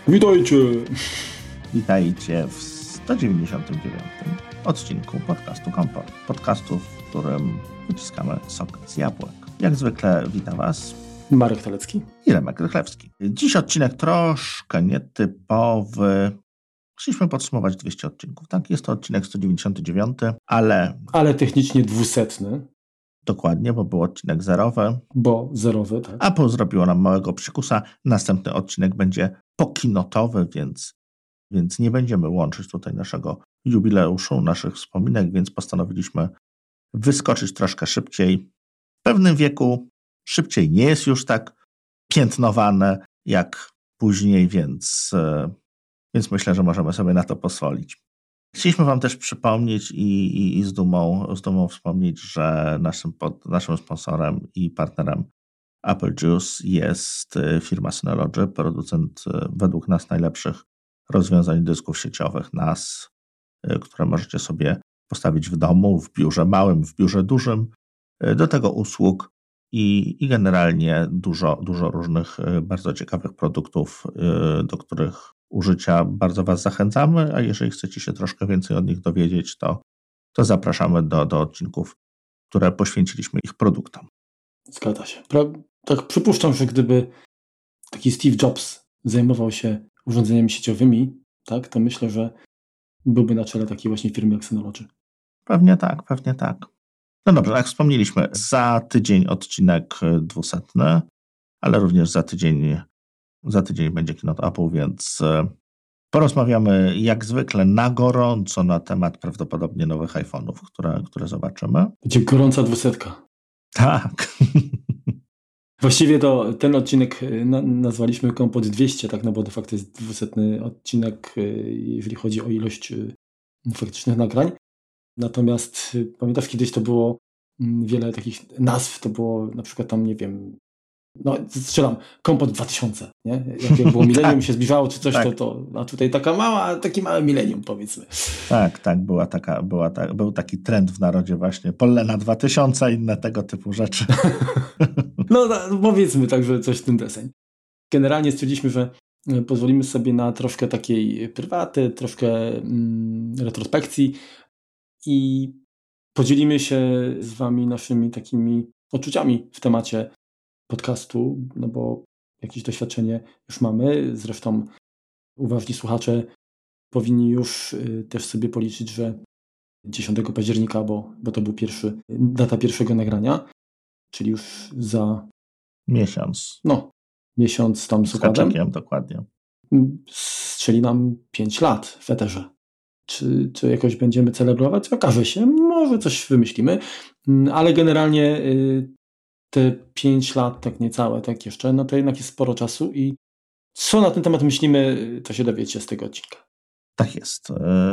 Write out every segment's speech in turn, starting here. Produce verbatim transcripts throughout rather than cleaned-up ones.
Witajcie! Witajcie w sto dziewięćdziesiątym dziewiątym odcinku podcastu Kompot. Podcastu, w którym wyciskamy sok z jabłek. Jak zwykle witam Was Marek Talecki i Remek Rychlewski. Dziś odcinek troszkę nietypowy. Chcieliśmy podsumować dwieście odcinków. Tak, jest to odcinek sto dziewięćdziesiąty dziewiąty, ale... Ale technicznie dwusetny. Dokładnie, bo był odcinek zerowy. Bo zerowy, tak. Apple zrobiło nam małego psikusa. Następny odcinek będzie pokinotowy, więc, więc nie będziemy łączyć tutaj naszego jubileuszu, naszych wspominek, więc postanowiliśmy wyskoczyć troszkę szybciej. W pewnym wieku szybciej nie jest już tak piętnowane jak później, więc, więc myślę, że możemy sobie na to pozwolić. Chcieliśmy Wam też przypomnieć i, i, i z, dumą, z dumą wspomnieć, że naszym, pod, naszym sponsorem i partnerem Apple Juice jest firma Synology, producent według nas najlepszych rozwiązań dysków sieciowych N A S, które możecie sobie postawić w domu, w biurze małym, w biurze dużym. Do tego usług i, i generalnie dużo, dużo różnych bardzo ciekawych produktów, do których użycia bardzo Was zachęcamy, a jeżeli chcecie się troszkę więcej od nich dowiedzieć, to, to zapraszamy do, do odcinków, które poświęciliśmy ich produktom. Zgadza się. Pra- tak przypuszczam, że gdyby taki Steve Jobs zajmował się urządzeniami sieciowymi, tak, to myślę, że byłby na czele takiej właśnie firmy jak Synology. Pewnie tak, pewnie tak. No dobrze, jak wspomnieliśmy, za tydzień odcinek dwusetny, ale również za tydzień Za tydzień będzie keynote Apple, więc porozmawiamy jak zwykle na gorąco na temat prawdopodobnie nowych iPhone'ów, które, które zobaczymy. Będzie gorąca dwusetka. Tak. Właściwie to ten odcinek na, nazwaliśmy Kompot dwieście, tak, no bo de facto jest dwusetny odcinek, jeżeli chodzi o ilość faktycznych nagrań. Natomiast pamiętasz, kiedyś to było wiele takich nazw, to było na przykład tam, nie wiem, no strzelam, Kompot dwa tysiące, nie? Jak było milenium się zbliżało czy coś, tak. to, to a tutaj taka mała, taki mały milenium, powiedzmy. Tak, tak, była taka, była ta, był taki trend w narodzie właśnie, Pollena dwa tysiące, inne tego typu rzeczy. No, no powiedzmy także coś w tym deseń. Generalnie stwierdziliśmy, że pozwolimy sobie na troszkę takiej prywaty, troszkę mm, retrospekcji i podzielimy się z Wami naszymi takimi odczuciami w temacie podcastu, no bo jakieś doświadczenie już mamy. Zresztą uważni słuchacze powinni już y, też sobie policzyć, że dziesiątego października, bo, bo to był pierwszy, data pierwszego nagrania, czyli już za miesiąc. No, miesiąc tam z układem. Dokładnie. Strzeli nam pięć lat w eterze. Czy, czy jakoś będziemy celebrować? Okaże się, może coś wymyślimy, ale generalnie y, te pięć lat, tak niecałe, tak jeszcze, no to jednak jest sporo czasu i co na ten temat myślimy, to się dowiecie z tego odcinka. Tak jest.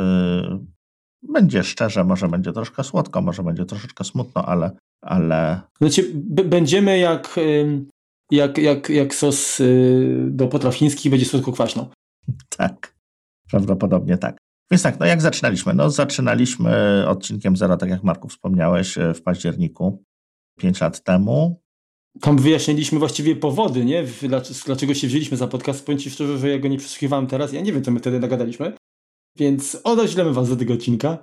Będzie szczerze, może będzie troszkę słodko, może będzie troszeczkę smutno, ale... ale... Znaczy, b- będziemy jak, jak, jak, jak sos do potraw chińskich, będzie słodko-kwaśno. Tak, prawdopodobnie tak. Więc tak, no jak zaczynaliśmy? No zaczynaliśmy odcinkiem zero, tak jak Marku wspomniałeś, w październiku. Pięć lat temu. Tam wyjaśniliśmy właściwie powody, nie? Dlaczego się wzięliśmy za podcast. Powiem Ci szczerze, że ja go nie przesłuchiwałem teraz. Ja nie wiem, co my wtedy nagadaliśmy. Więc odeślemy Was do tego odcinka.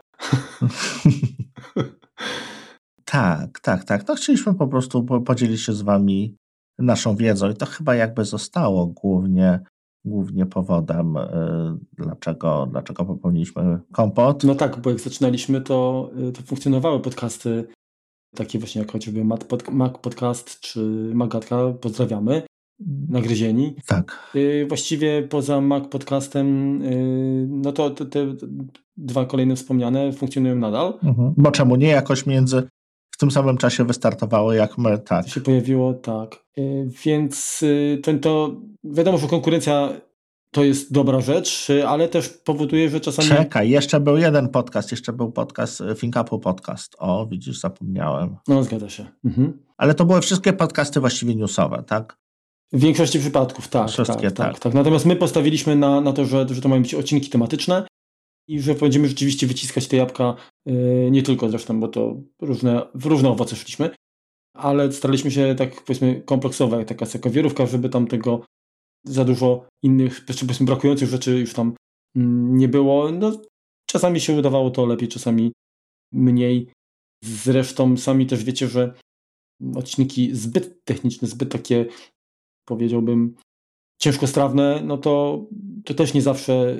tak, tak, tak. No chcieliśmy po prostu podzielić się z Wami naszą wiedzą i to chyba jakby zostało głównie, głównie powodem, yy, dlaczego, dlaczego popełniliśmy Kompot. No tak, bo jak zaczynaliśmy, to, to funkcjonowały podcasty takie właśnie jak chociażby Mac Podcast czy Magatka, pozdrawiamy, nagryzieni. Tak. Yy, właściwie poza Mac Podcastem, yy, no to te, te dwa kolejne wspomniane funkcjonują nadal. Mhm. Bo czemu nie? Jakoś między w tym samym czasie wystartowały jak my, tak. To się pojawiło, tak. Yy, więc yy, to, to wiadomo, że konkurencja to jest dobra rzecz, ale też powoduje, że czasami... Czekaj, jeszcze był jeden podcast, jeszcze był podcast, ThinkUpu podcast. O, widzisz, zapomniałem. No, zgadza się. Mhm. Ale to były wszystkie podcasty właściwie newsowe, tak? W większości przypadków, tak. Wszystkie, tak, tak, tak. tak. Natomiast my postawiliśmy na, na to, że, że to mają być odcinki tematyczne i że będziemy rzeczywiście wyciskać te jabłka, yy, nie tylko zresztą, bo to różne, w różne owoce szliśmy, ale staraliśmy się tak, powiedzmy, kompleksowo, jak taka sekawierówka, żeby tam tego za dużo innych, powiedzmy, brakujących rzeczy już tam nie było. No, czasami się udawało to lepiej, czasami mniej. Zresztą sami też wiecie, że odcinki zbyt techniczne, zbyt takie, powiedziałbym, ciężkostrawne, no to, to też nie zawsze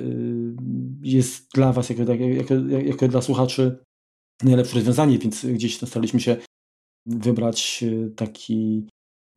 jest dla was, jako, jako, jako dla słuchaczy, najlepsze rozwiązanie, więc gdzieś staraliśmy się wybrać taki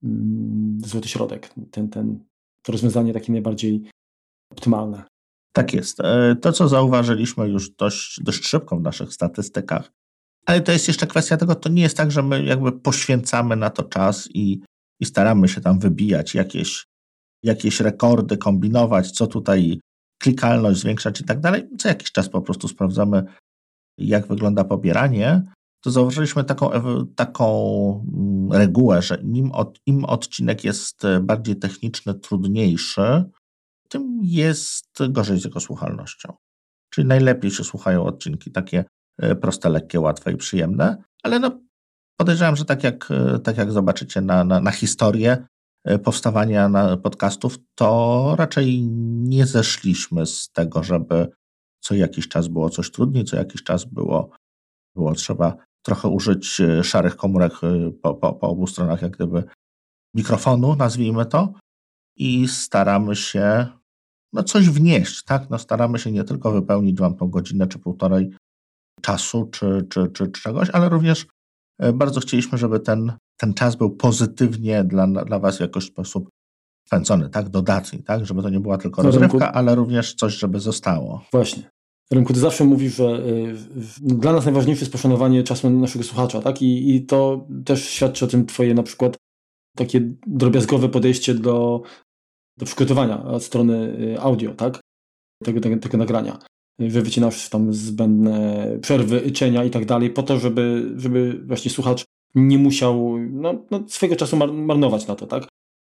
mm, złoty środek, ten, ten, to rozwiązanie takie najbardziej optymalne. Tak jest. To, co zauważyliśmy już dość, dość szybko w naszych statystykach, ale to jest jeszcze kwestia tego, to nie jest tak, że my jakby poświęcamy na to czas i, i staramy się tam wybijać jakieś, jakieś rekordy, kombinować, co tutaj klikalność zwiększać i tak dalej. Co jakiś czas po prostu sprawdzamy, jak wygląda pobieranie. To zauważyliśmy taką, taką regułę, że im, od, im odcinek jest bardziej techniczny, trudniejszy, tym jest gorzej z jego słuchalnością. Czyli najlepiej się słuchają odcinki takie proste, lekkie, łatwe i przyjemne, ale no podejrzewam, że tak jak, tak jak zobaczycie na, na, na historię powstawania na podcastów, to raczej nie zeszliśmy z tego, żeby co jakiś czas było coś trudniej, co jakiś czas było, było trzeba trochę użyć szarych komórek po, po, po obu stronach jak gdyby mikrofonu, nazwijmy to, i staramy się no coś wnieść, tak? No staramy się nie tylko wypełnić wam tą godzinę czy półtorej czasu czy, czy, czy, czy czegoś, ale również bardzo chcieliśmy, żeby ten, ten czas był pozytywnie dla, dla was w jakiś sposób spędzony, tak? Dodatni, tak? Żeby to nie była tylko rozrywka, Rynku, ale również coś, żeby zostało. Właśnie. Rynku, ty zawsze mówisz, że y, dla nas najważniejsze jest poszanowanie czasu naszego słuchacza, tak? I, i to też świadczy o tym twoje na przykład takie drobiazgowe podejście do, do przygotowania od strony audio, tak? Tego, tego, tego nagrania. Że wycinasz tam zbędne przerwy, yczenia i tak dalej, po to, żeby, żeby właśnie słuchacz nie musiał no, no, swojego czasu mar- marnować na to, tak?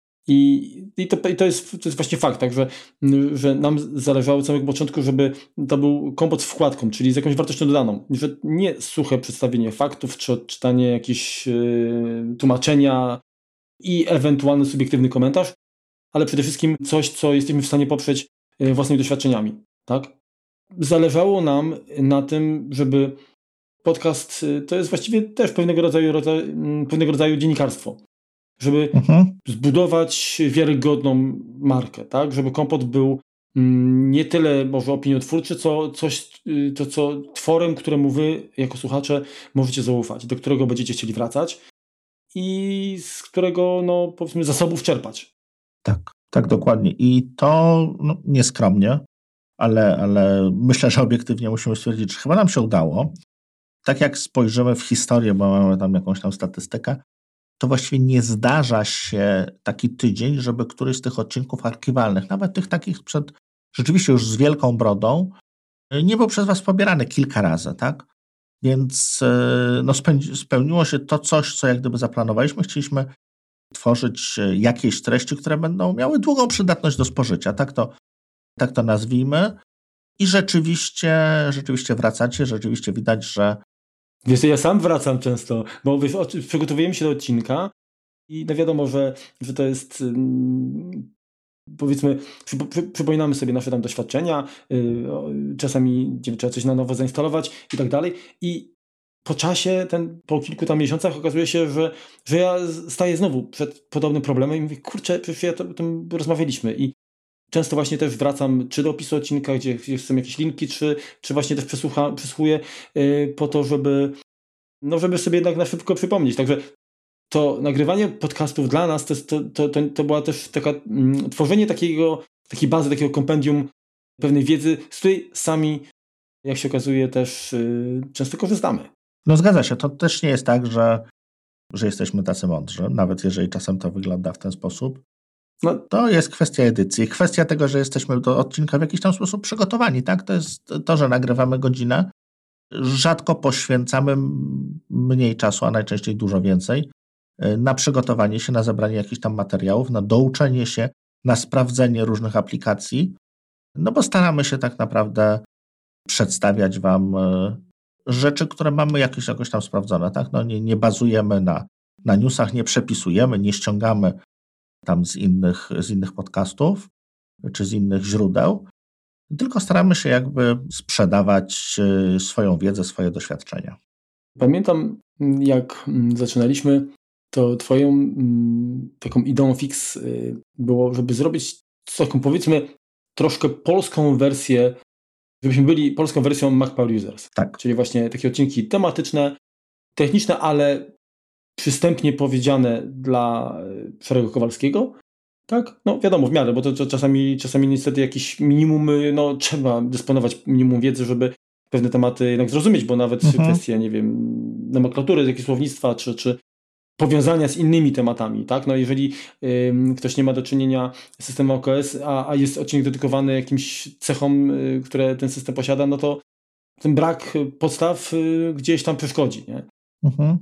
I, i, to, i to, jest, to jest właśnie fakt, tak, że, że nam zależało od samego początku, żeby to był kompot z wkładką, czyli z jakąś wartością dodaną. Że nie suche przedstawienie faktów, czy odczytanie jakieś yy, tłumaczenia i ewentualny subiektywny komentarz, ale przede wszystkim coś, co jesteśmy w stanie poprzeć yy, własnymi doświadczeniami, tak? Zależało nam na tym, żeby podcast, yy, to jest właściwie też pewnego rodzaju, rodzaju, pewnego rodzaju dziennikarstwo. Żeby mhm. zbudować wiarygodną markę, tak? Żeby kompot był mm, nie tyle może opiniotwórczy, co coś, to co tworem, któremu wy jako słuchacze możecie zaufać, do którego będziecie chcieli wracać i z którego, no powiedzmy, zasobów czerpać. Tak, tak dokładnie. I to no, nieskromnie, ale, ale myślę, że obiektywnie musimy stwierdzić, że chyba nam się udało. Tak jak spojrzymy w historię, bo mamy tam jakąś tam statystykę, to właściwie nie zdarza się taki tydzień, żeby któryś z tych odcinków archiwalnych, nawet tych takich przed, rzeczywiście już z wielką brodą, nie był przez was pobierany kilka razy, tak? Więc no, spełniło się to coś, co jak gdyby zaplanowaliśmy. Chcieliśmy tworzyć jakieś treści, które będą miały długą przydatność do spożycia, tak to, tak to nazwijmy. I rzeczywiście, rzeczywiście wracacie, rzeczywiście widać, że Wiesz, ja sam wracam często, bo wiesz, przygotowujemy się do odcinka i no wiadomo, że, że to jest um, powiedzmy, przy, przy, przypominamy sobie nasze tam doświadczenia, yy, czasami trzeba coś na nowo zainstalować i tak dalej i po czasie, ten, po kilku tam miesiącach okazuje się, że, że ja staję znowu przed podobnym problemem i mówię, kurczę, przecież ja to, o tym rozmawialiśmy i często właśnie też wracam czy do opisu odcinka, gdzie, gdzie są jakieś linki, czy, czy właśnie też przesłucha, przesłuchuję yy, po to, żeby no żeby sobie jednak na szybko przypomnieć. Także to nagrywanie podcastów dla nas to, to, to, to, to była też taka mm, tworzenie takiego, takiej bazy, takiego kompendium pewnej wiedzy, z której sami, jak się okazuje, też yy, często korzystamy. No zgadza się. To też nie jest tak, że, że jesteśmy tacy mądrzy, nawet jeżeli czasem to wygląda w ten sposób. No, to jest kwestia edycji, kwestia tego, że jesteśmy do odcinka w jakiś tam sposób przygotowani, tak? To jest to, że nagrywamy godzinę, rzadko poświęcamy mniej czasu, a najczęściej dużo więcej, na przygotowanie się, na zebranie jakichś tam materiałów, na douczenie się, na sprawdzenie różnych aplikacji, no bo staramy się tak naprawdę przedstawiać wam rzeczy, które mamy jakieś jakoś tam sprawdzone, tak? No nie, nie bazujemy na, na newsach, nie przepisujemy, nie ściągamy tam z innych, z innych podcastów, czy z innych źródeł, tylko staramy się jakby sprzedawać swoją wiedzę, swoje doświadczenia. Pamiętam, jak zaczynaliśmy, to twoją taką ideą fix było, żeby zrobić taką, powiedzmy, troszkę polską wersję, żebyśmy byli polską wersją Mac Power Users. Tak. Czyli właśnie takie odcinki tematyczne, techniczne, ale przystępnie powiedziane dla szarego Kowalskiego. Tak? No wiadomo, w miarę, bo to, to czasami, czasami niestety jakieś minimum, no trzeba dysponować minimum wiedzy, żeby pewne tematy jednak zrozumieć, bo nawet mhm. kwestie, nie wiem, nomenklatury, jakiegoś słownictwa, czy, czy powiązania z innymi tematami, tak? No jeżeli ym, ktoś nie ma do czynienia z systemem O K S, a, a jest odcinek dedykowany jakimś cechom, y, które ten system posiada, no to ten brak podstaw y, gdzieś tam przeszkodzi, nie? Mhm.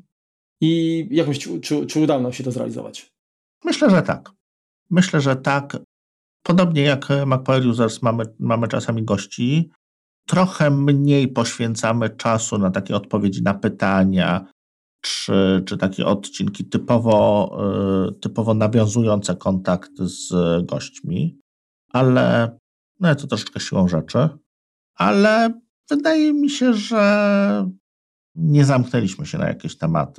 I jak myślisz, czy, czy, czy udało nam się to zrealizować? Myślę, że tak. Myślę, że tak. Podobnie jak Mac Power Users mamy, mamy czasami gości, trochę mniej poświęcamy czasu na takie odpowiedzi na pytania, czy, czy takie odcinki typowo, typowo nawiązujące kontakt z gośćmi, ale no to troszeczkę siłą rzeczy, ale wydaje mi się, że nie zamknęliśmy się na jakieś tematy.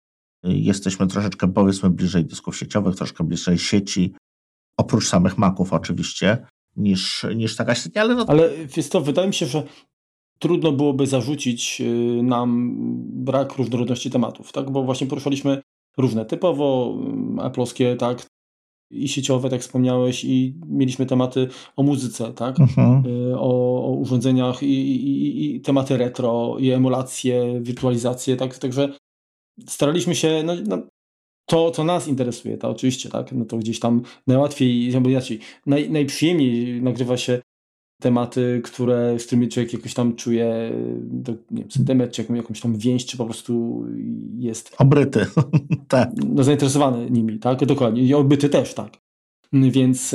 Jesteśmy troszeczkę, powiedzmy, bliżej dysków sieciowych, troszkę bliżej sieci, oprócz samych Maców oczywiście, niż, niż taka sieć, ale no... Ale wiesz co, wydaje mi się, że trudno byłoby zarzucić nam brak różnorodności tematów, tak? Bo właśnie poruszaliśmy różne, typowo Apple'owskie, tak? I sieciowe, tak wspomniałeś, i mieliśmy tematy o muzyce, tak? Mhm. O, o urządzeniach i, i, i tematy retro, i emulacje, wirtualizacje, tak? Także staraliśmy się, no, no to, co nas interesuje, to oczywiście, tak? No to gdzieś tam najłatwiej, albo inaczej, naj, najprzyjemniej nagrywa się tematy, które, z którymi człowiek jakoś tam czuje, do, nie wiem, sentyment, czy jakąś, jakąś tam więź, czy po prostu jest obryty, tak. No, zainteresowany nimi, tak? Dokładnie. I obyty też, tak. Więc,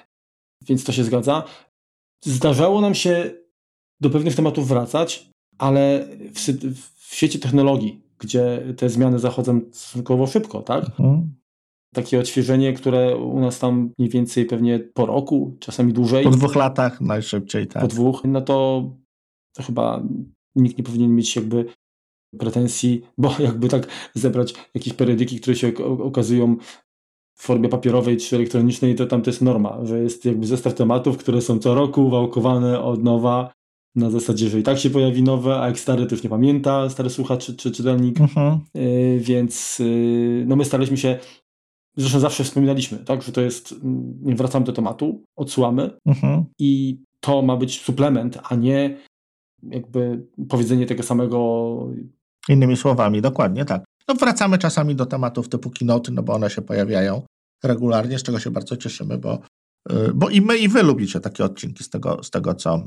więc to się zgadza. Zdarzało nam się do pewnych tematów wracać, ale w, w świecie technologii, gdzie te zmiany zachodzą stosunkowo szybko, tak? Mhm. Takie odświeżenie, które u nas tam mniej więcej pewnie po roku, czasami dłużej. Po dwóch latach najszybciej, tak. Po dwóch, no to, to chyba nikt nie powinien mieć jakby pretensji, bo jakby tak zebrać jakieś periodyki, które się okazują w formie papierowej czy elektronicznej, to tam to jest norma, że jest jakby zestaw tematów, które są co roku wałkowane od nowa, na zasadzie, że i tak się pojawi nowe, a jak stary to już nie pamięta, stary słuchacz czy, czy czytelnik, mhm. yy, więc yy, no my staraliśmy się, zresztą zawsze wspominaliśmy, tak, że to jest, nie wracamy do tematu, odsyłamy mhm. i to ma być suplement, a nie jakby powiedzenie tego samego. Innymi słowami, dokładnie tak. No wracamy czasami do tematów typu keynote, no bo one się pojawiają regularnie, z czego się bardzo cieszymy, bo, bo i my, i wy lubicie takie odcinki z tego, z tego, co,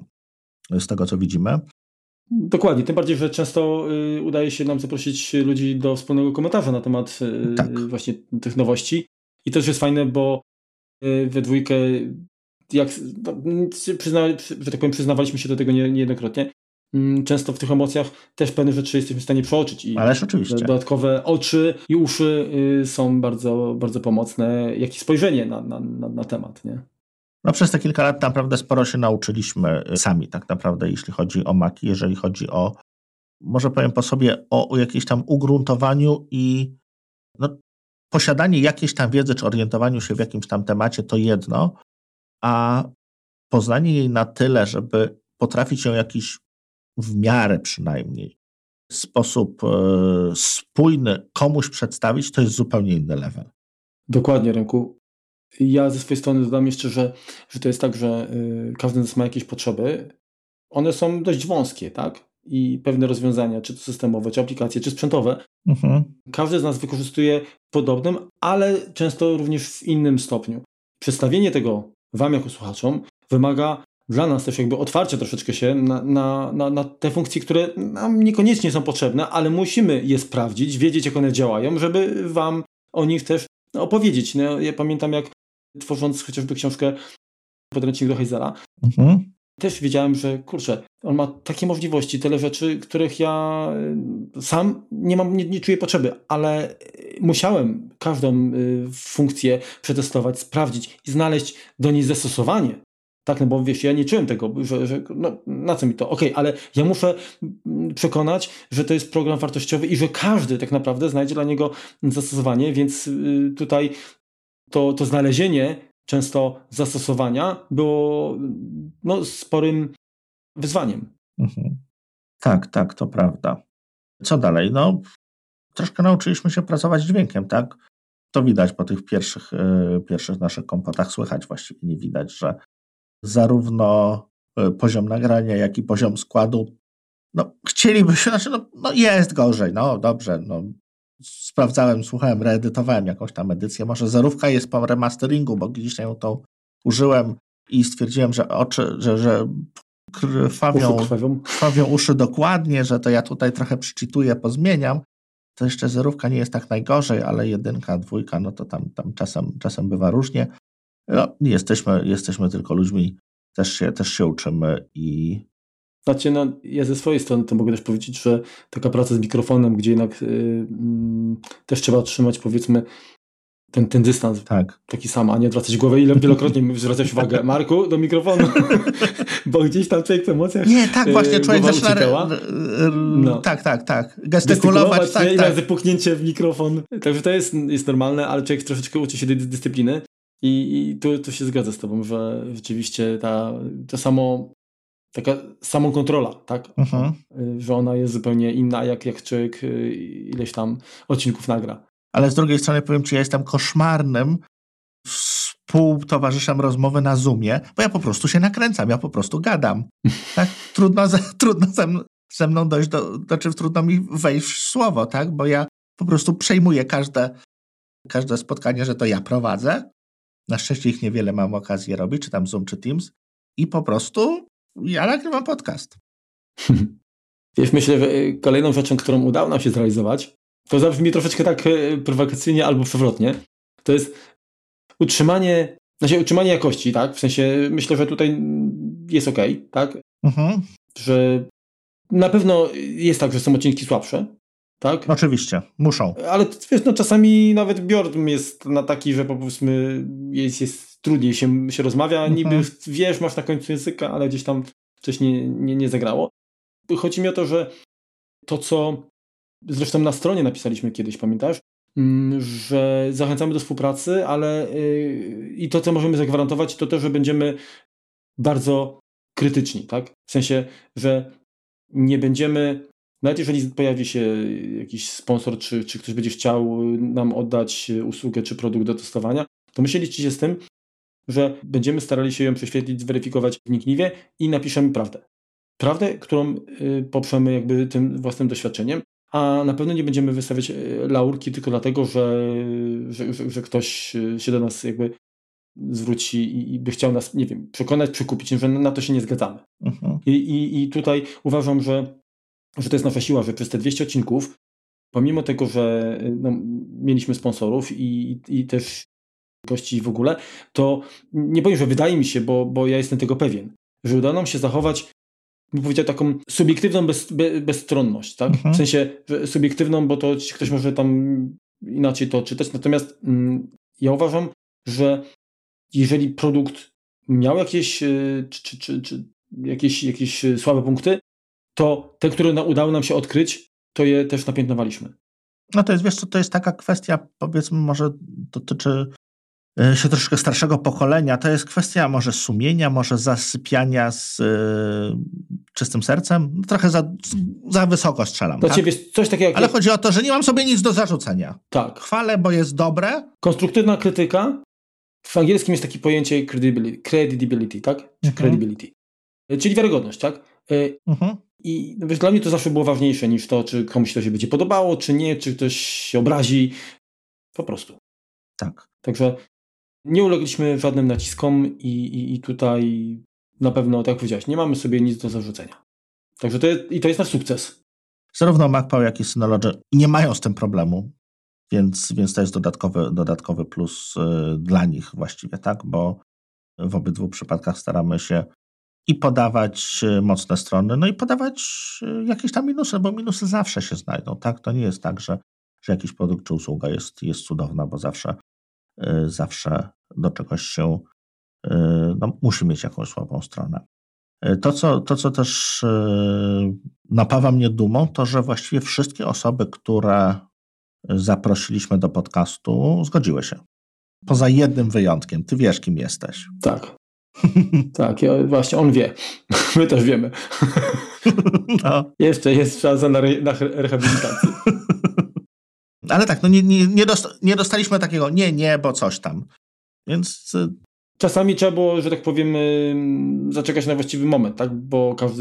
z tego co widzimy. Dokładnie, tym bardziej, że często y, udaje się nam zaprosić ludzi do wspólnego komentarza na temat y, tak. właśnie tych nowości. I to też jest fajne, bo y, we dwójkę, jak no, przyzna, że tak powiem, przyznawaliśmy się do tego nie, niejednokrotnie, często w tych emocjach też pewne rzeczy jesteśmy w stanie przeoczyć i Ależ oczywiście. Dodatkowe oczy i uszy są bardzo, bardzo pomocne, jak i spojrzenie na, na, na, na temat, nie? No przez te kilka lat naprawdę sporo się nauczyliśmy sami tak naprawdę, jeśli chodzi o Maki, jeżeli chodzi o, może powiem po sobie, o, o jakimś tam ugruntowaniu i no, posiadanie jakiejś tam wiedzy, czy orientowaniu się w jakimś tam temacie to jedno, a poznanie jej na tyle, żeby potrafić ją jakiś w miarę przynajmniej sposób e, spójny komuś przedstawić, to jest zupełnie inny level. Dokładnie, Remku. Ja ze swojej strony dodam jeszcze, że, że to jest tak, że y, każdy z nas ma jakieś potrzeby. One są dość wąskie, tak? I pewne rozwiązania, czy to systemowe, czy aplikacje, czy sprzętowe, mhm. każdy z nas wykorzystuje w podobnym, ale często również w innym stopniu. Przedstawienie tego wam jako słuchaczom wymaga dla nas też jakby otwarcia troszeczkę się na, na, na, na te funkcje, które nam niekoniecznie są potrzebne, ale musimy je sprawdzić, wiedzieć jak one działają, żeby wam o nich też opowiedzieć. No, ja pamiętam jak tworząc chociażby książkę Podręcznik do Heizela, mhm. też wiedziałem, że kurczę, on ma takie możliwości, tyle rzeczy, których ja sam nie mam, nie, nie czuję potrzeby, ale musiałem każdą funkcję przetestować, sprawdzić i znaleźć do niej zastosowanie. Tak, no bo wiesz, ja nie czułem tego, że, że no, na co mi to? Okej, okay, ale ja muszę przekonać, że to jest program wartościowy i że każdy tak naprawdę znajdzie dla niego zastosowanie, więc tutaj to, to znalezienie często zastosowania było no, sporym wyzwaniem. Mhm. Tak, tak, to prawda. Co dalej? No, troszkę nauczyliśmy się pracować z dźwiękiem, tak? To widać po tych pierwszych, yy, pierwszych naszych kompotach, słychać właściwie, nie widać, że zarówno poziom nagrania, jak i poziom składu, no chcieliby się, znaczy no, no jest gorzej, no dobrze, no sprawdzałem, słuchałem, reedytowałem jakąś tam edycję, może zerówka jest po remasteringu, bo gdzieś tam ją tą użyłem i stwierdziłem, że oczy, że, że krwawią, krwawią uszy dokładnie, że to ja tutaj trochę przyczytuję, pozmieniam, to jeszcze zerówka nie jest tak najgorzej, ale jedynka, dwójka, no to tam, tam czasem, czasem bywa różnie. No, jesteśmy, jesteśmy tylko ludźmi, też się, też się uczymy i... Znaczy, no, ja ze swojej strony to mogę też powiedzieć, że taka praca z mikrofonem, gdzie jednak yy, yy, też trzeba trzymać, powiedzmy, ten, ten dystans tak. taki sam, a nie odwracać głowę i wielokrotnie zwracać uwagę, Marku, do mikrofonu, bo gdzieś tam człowiek w emocjach nie, tak, właśnie człowiek zaczyna r- r- no. tak, tak, tak, gestykulować, tak, tak. tak. razy puknięcie w mikrofon, także to jest, jest normalne, ale człowiek troszeczkę uczy się dy- dyscypliny i, i tu, tu się zgodzę z tobą, że rzeczywiście ta, to samo taka samokontrola, tak? Mhm. Że ona jest zupełnie inna, jak, jak człowiek ileś tam odcinków nagra. Ale z drugiej strony powiem ci, ja jestem koszmarnym współtowarzyszem rozmowy na Zoomie, bo ja po prostu się nakręcam, ja po prostu gadam. Tak? Trudno, ze, trudno ze, mną, ze mną dojść do, do czym trudno mi wejść w słowo, tak? Bo ja po prostu przejmuję każde, każde spotkanie, że to ja prowadzę. Na szczęście ich niewiele mam okazję robić, czy tam Zoom, czy Teams i po prostu ja nagrywam podcast. Wiesz, myślę, że kolejną rzeczą, którą udało nam się zrealizować, to zabrzmi troszeczkę tak prowokacyjnie albo przewrotnie, to jest utrzymanie, znaczy utrzymanie jakości, tak? W sensie myślę, że tutaj jest okej, okay, tak? Mhm. Że na pewno jest tak, że są odcinki słabsze, tak? Oczywiście, muszą. Ale wiesz, no czasami nawet biorm jest na taki, że po prostu jest, jest trudniej się, się rozmawia, mhm. Niby wiesz, masz na końcu języka, ale gdzieś tam coś nie, nie, nie zagrało. Chodzi mi o to, że to, co zresztą na stronie napisaliśmy kiedyś, pamiętasz? Że zachęcamy do współpracy, ale yy, i to, co możemy zagwarantować, to to, że będziemy bardzo krytyczni, tak? W sensie, że nie będziemy, nawet jeżeli pojawi się jakiś sponsor, czy, czy ktoś będzie chciał nam oddać usługę czy produkt do testowania, to musi liczyć się z tym, że będziemy starali się ją prześwietlić, zweryfikować wnikliwie i napiszemy prawdę. Prawdę, którą y, poprzemy jakby tym własnym doświadczeniem, a na pewno nie będziemy wystawiać laurki tylko dlatego, że, że, że, że ktoś się do nas jakby zwróci i, i by chciał nas, nie wiem, przekonać, przekupić, że na to się nie zgadzamy. Mhm. I, i, I tutaj uważam, że, że to jest nasza siła, że przez te dwieście odcinków, pomimo tego, że no, mieliśmy sponsorów i, i, i też gości w ogóle, to nie powiem, że wydaje mi się, bo, bo ja jestem tego pewien, że uda nam się zachować, bym powiedział, taką subiektywną bez, be, bezstronność, tak? Mhm. W sensie że subiektywną, bo to ktoś może tam inaczej to czytać, natomiast mm, ja uważam, że jeżeli produkt miał jakieś, czy, czy, czy, czy jakieś, jakieś słabe punkty, to te, które udało nam się odkryć, to je też napiętnowaliśmy. No to jest, wiesz co, to jest taka kwestia, powiedzmy, może dotyczy się troszkę starszego pokolenia, to jest kwestia może sumienia, może zasypiania z y, czystym sercem. No, trochę za, za wysoko strzelam. Dla tak? ciebie coś takiego jak... Ale chodzi o to, że nie mam sobie nic do zarzucenia. Tak. Chwalę, bo jest dobre. Konstruktywna krytyka. W angielskim jest takie pojęcie credibility, credibility tak? Czy mhm. credibility. Czyli wiarygodność, tak? Mhm. I wiesz, dla mnie to zawsze było ważniejsze niż to, czy komuś to się będzie podobało, czy nie, czy ktoś się obrazi. Po prostu. Tak. Także nie ulegliśmy żadnym naciskom i, i, i tutaj na pewno, tak jak powiedziałeś, nie mamy sobie nic do zarzucenia. Także to jest, i to jest nasz sukces. Zarówno MacPow, jak i Synology nie mają z tym problemu, więc, więc to jest dodatkowy, dodatkowy plus y, dla nich właściwie, tak? Bo w obydwu przypadkach staramy się i podawać mocne strony, no i podawać jakieś tam minusy, bo minusy zawsze się znajdą, tak? To nie jest tak, że, że jakiś produkt czy usługa jest, jest cudowna, bo zawsze, zawsze do czegoś się no, musi mieć jakąś słabą stronę. To co, to, co też napawa mnie dumą, to że właściwie wszystkie osoby, które zaprosiliśmy do podcastu, zgodziły się. Poza jednym wyjątkiem. Ty wiesz, kim jesteś. Tak. Tak, ja, właśnie on wie. My też wiemy. No. Jeszcze jest szansa na, re, na rehabilitację. Ale tak, no nie, nie, nie, dosta, nie dostaliśmy takiego nie, nie, bo coś tam. Więc... Czasami trzeba było, że tak powiem, zaczekać na właściwy moment, tak? Bo każdy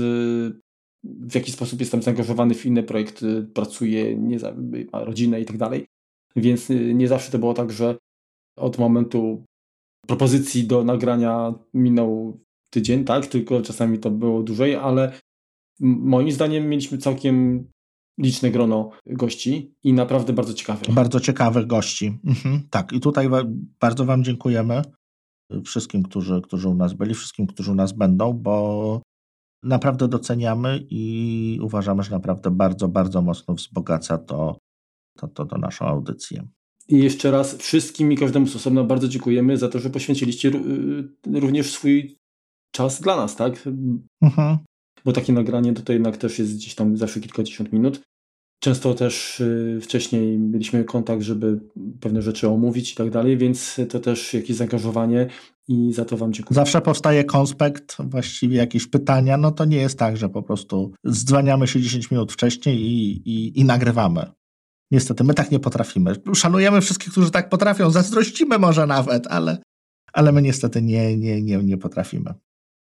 w jakiś sposób jest tam zaangażowany w inne projekty, pracuje, nie, ma rodzinę i tak dalej. Więc nie zawsze to było tak, że od momentu propozycji do nagrania minął tydzień, tak? Tylko czasami to było dłużej, ale moim zdaniem mieliśmy całkiem liczne grono gości i naprawdę bardzo ciekawych. Bardzo ciekawych gości. Mhm, tak, i tutaj bardzo wam dziękujemy wszystkim, którzy, którzy u nas byli, wszystkim, którzy u nas będą, bo naprawdę doceniamy i uważamy, że naprawdę bardzo, bardzo mocno wzbogaca to, to, to, to naszą audycję. I jeszcze raz wszystkim i każdemu z osobna bardzo dziękujemy za to, że poświęciliście również swój czas dla nas, tak? Mhm. Bo takie nagranie to jednak też jest gdzieś tam zawsze kilkadziesiąt minut. Często też y, wcześniej mieliśmy kontakt, żeby pewne rzeczy omówić i tak dalej, więc to też jakieś zaangażowanie i za to wam dziękuję. Zawsze powstaje konspekt, właściwie jakieś pytania, no to nie jest tak, że po prostu zdzwaniamy się dziesięć minut wcześniej i, i, i nagrywamy. Niestety, my tak nie potrafimy. Szanujemy wszystkich, którzy tak potrafią, zazdrościmy może nawet, ale, ale my niestety nie, nie, nie, nie potrafimy.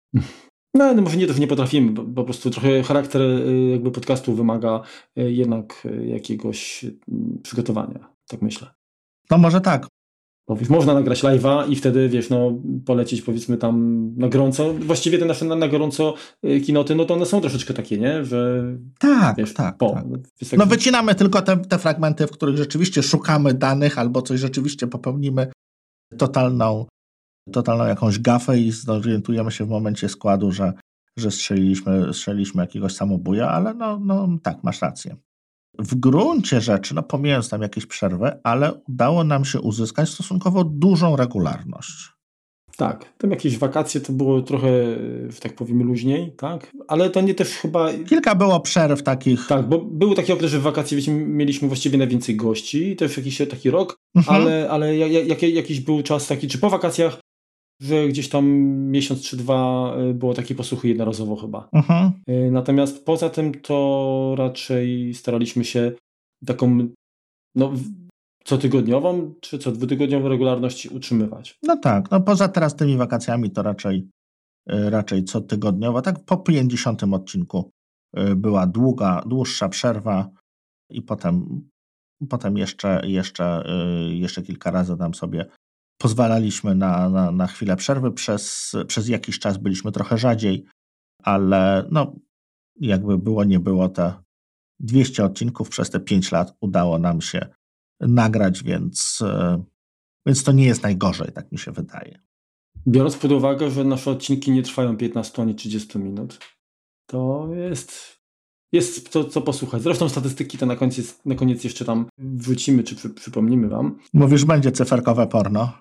No, no może nie to, że nie potrafimy, bo po prostu trochę charakter jakby podcastu wymaga jednak jakiegoś przygotowania, tak myślę. No może tak. Bo wiesz, można nagrać live'a i wtedy, wiesz, no polecieć powiedzmy tam na gorąco. Właściwie te nasze na, na gorąco kinoty, no to one są troszeczkę takie, nie? Że tak, wiesz, tak, po, tak. Tak... No wycinamy tylko te, te fragmenty, w których rzeczywiście szukamy danych albo coś rzeczywiście popełnimy totalną totalną jakąś gafę i zorientujemy się w momencie składu, że, że strzeliliśmy, strzeliliśmy jakiegoś samobuja, ale no, no tak, masz rację. W gruncie rzeczy, no pomijając tam jakieś przerwy, ale udało nam się uzyskać stosunkowo dużą regularność. Tak, tam jakieś wakacje to było trochę, że tak powiem, luźniej, tak? Ale to nie też chyba... Kilka było przerw takich... Tak, bo był taki okres, że w wakacje wiecie, mieliśmy właściwie najwięcej gości, też jakiś taki rok, mhm. ale, ale jak, jakiś był czas taki, czy po wakacjach, że gdzieś tam miesiąc czy dwa było takie posłuchy jednorazowo chyba. Mhm. Natomiast poza tym to raczej staraliśmy się taką no, cotygodniową czy co dwutygodniową regularność utrzymywać. No tak, no poza teraz tymi wakacjami to raczej, raczej cotygodniowo. Tak po pięćdziesiątym odcinku była długa, dłuższa przerwa i potem, potem jeszcze, jeszcze, jeszcze kilka razy tam sobie pozwalaliśmy na, na, na chwilę przerwy. Przez, przez jakiś czas byliśmy trochę rzadziej, ale no, jakby było, nie było, te dwieście odcinków przez te pięć lat udało nam się nagrać, więc, więc to nie jest najgorzej, tak mi się wydaje. Biorąc pod uwagę, że nasze odcinki nie trwają piętnaście ani trzydzieści minut, to jest, jest to, co posłuchać. Zresztą statystyki to na koniec, na koniec jeszcze tam wrzucimy, czy przy, przypomnimy wam. Mówisz, będzie cyferkowe porno?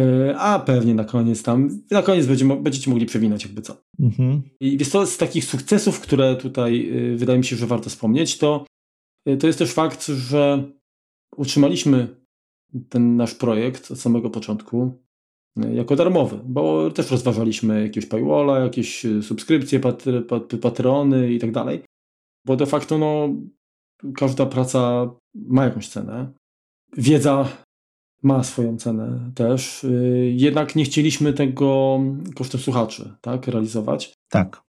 A pewnie na koniec tam, na koniec będziemy, będziecie mogli przewinąć jakby co. Mhm. I wiesz co, z takich sukcesów, które tutaj wydaje mi się, że warto wspomnieć, to, to jest też fakt, że utrzymaliśmy ten nasz projekt od samego początku jako darmowy, bo też rozważaliśmy jakieś paywalla, jakieś subskrypcje, patr, pat, patrony i tak dalej, bo de facto no, każda praca ma jakąś cenę. Wiedza ma swoją cenę też, jednak nie chcieliśmy tego kosztem słuchaczy, tak, realizować. Tak.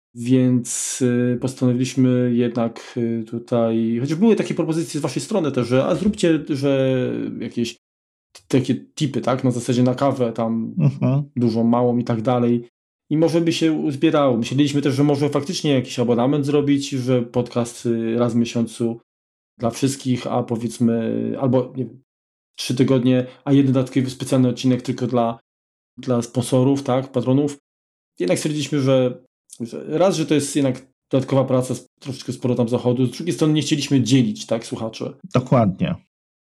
Więc postanowiliśmy jednak tutaj, chociaż były takie propozycje z waszej strony też, że a zróbcie, że jakieś takie tipy, tak, na zasadzie na kawę tam uh-huh. dużą, małą i tak dalej. I może by się uzbierało. Myśleliśmy też, że może faktycznie jakiś abonament zrobić, że podcast raz w miesiącu dla wszystkich, a powiedzmy, albo nie wiem, trzy tygodnie, a jeden dodatkowy specjalny odcinek tylko dla, dla sponsorów, tak, patronów. Jednak stwierdziliśmy, że, że raz, że to jest jednak dodatkowa praca, troszeczkę sporo tam zachodu, z drugiej strony nie chcieliśmy dzielić, tak, słuchaczy. Dokładnie.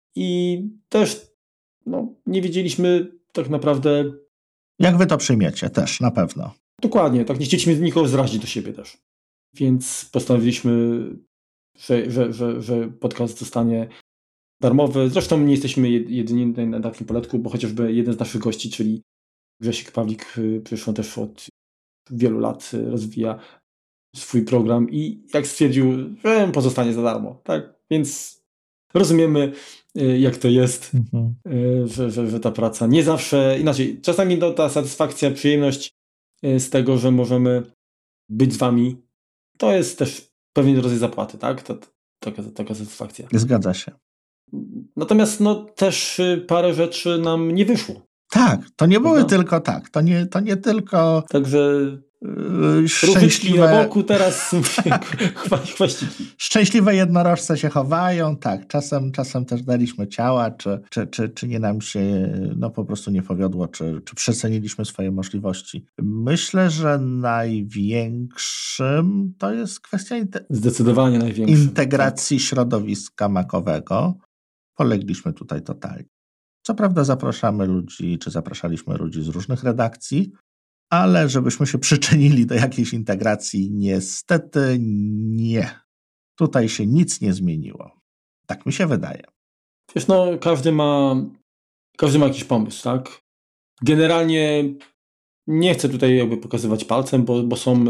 i też no, nie wiedzieliśmy tak naprawdę... Jak wy to przyjmiecie też, na pewno. Dokładnie, tak nie chcieliśmy nikogo zrazić do siebie też. Więc postanowiliśmy, że, że, że, że podcast zostanie darmowy. Zresztą nie jesteśmy jedyni na takim poletku, bo chociażby jeden z naszych gości, czyli Grzesiek Pawlik, przecież on też od wielu lat rozwija swój program i jak stwierdził, że pozostanie za darmo. Tak? Więc rozumiemy, jak to jest, mhm. że, że, że ta praca nie zawsze, inaczej, czasami no, ta satysfakcja, przyjemność z tego, że możemy być z wami, to jest też pewien rodzaj zapłaty, tak? To, to, taka, taka satysfakcja. Zgadza się. Natomiast no, też parę rzeczy nam nie wyszło. Tak, to nie były Prawda? tylko tak, to nie, to nie tylko Także yy, szczęśliwe... na boku teraz chwaściki. Szczęśliwe jednorożce się chowają, tak, czasem, czasem też daliśmy ciała, czy, czy, czy, czy nie nam się no po prostu nie powiodło, czy, czy przeceniliśmy swoje możliwości. Myślę, że największym to jest kwestia inte... Zdecydowanie największym. integracji tak. środowiska makowego. Polegliśmy tutaj totalnie. Co prawda zapraszamy ludzi, czy zapraszaliśmy ludzi z różnych redakcji, ale żebyśmy się przyczynili do jakiejś integracji, niestety nie. Tutaj się nic nie zmieniło. Tak mi się wydaje. Wiesz, no każdy ma, każdy ma jakiś pomysł, tak? Generalnie nie chcę tutaj jakby pokazywać palcem, bo, bo są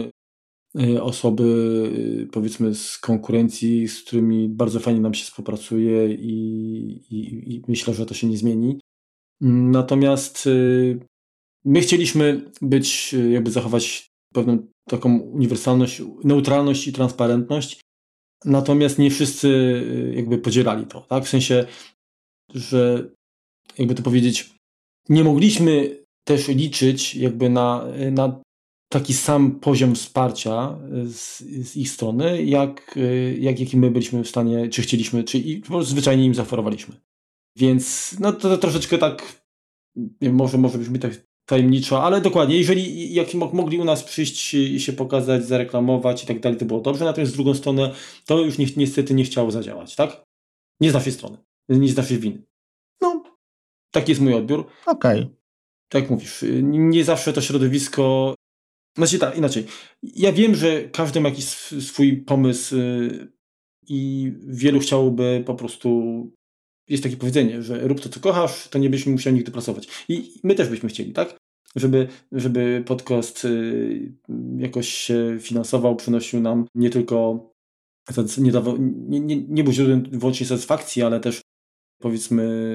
osoby powiedzmy z konkurencji, z którymi bardzo fajnie nam się współpracuje i, i, i myślę, że to się nie zmieni. Natomiast my chcieliśmy być, jakby zachować pewną taką uniwersalność, neutralność i transparentność, natomiast nie wszyscy jakby podzielali to, tak? W sensie, że jakby to powiedzieć, nie mogliśmy też liczyć jakby na, na taki sam poziom wsparcia z, z ich strony, jak, jak jaki my byliśmy w stanie, czy chcieliśmy, czy i po prostu zwyczajnie im zaoferowaliśmy. Więc no to, to troszeczkę tak, może, może brzmi tak tajemniczo, ale dokładnie, jeżeli jak mogli u nas przyjść i się pokazać, zareklamować i tak dalej, to było dobrze, natomiast z drugą stronę to już ni niestety nie chciało zadziałać, tak? Nie z naszej strony, nie z naszej winy. No, taki jest mój odbiór. Okej. Okay. Tak jak mówisz, nie zawsze to środowisko... Znaczy tak, inaczej. Ja wiem, że każdy ma jakiś swój pomysł i wielu chciałoby po prostu... Jest takie powiedzenie, że rób to, co kochasz, to nie byśmy musieli nigdy pracować. I my też byśmy chcieli, tak? Żeby, żeby podcast jakoś się finansował, przynosił nam nie tylko... Nie, dawał, nie, nie, nie był źródłem wyłącznie satysfakcji, ale też powiedzmy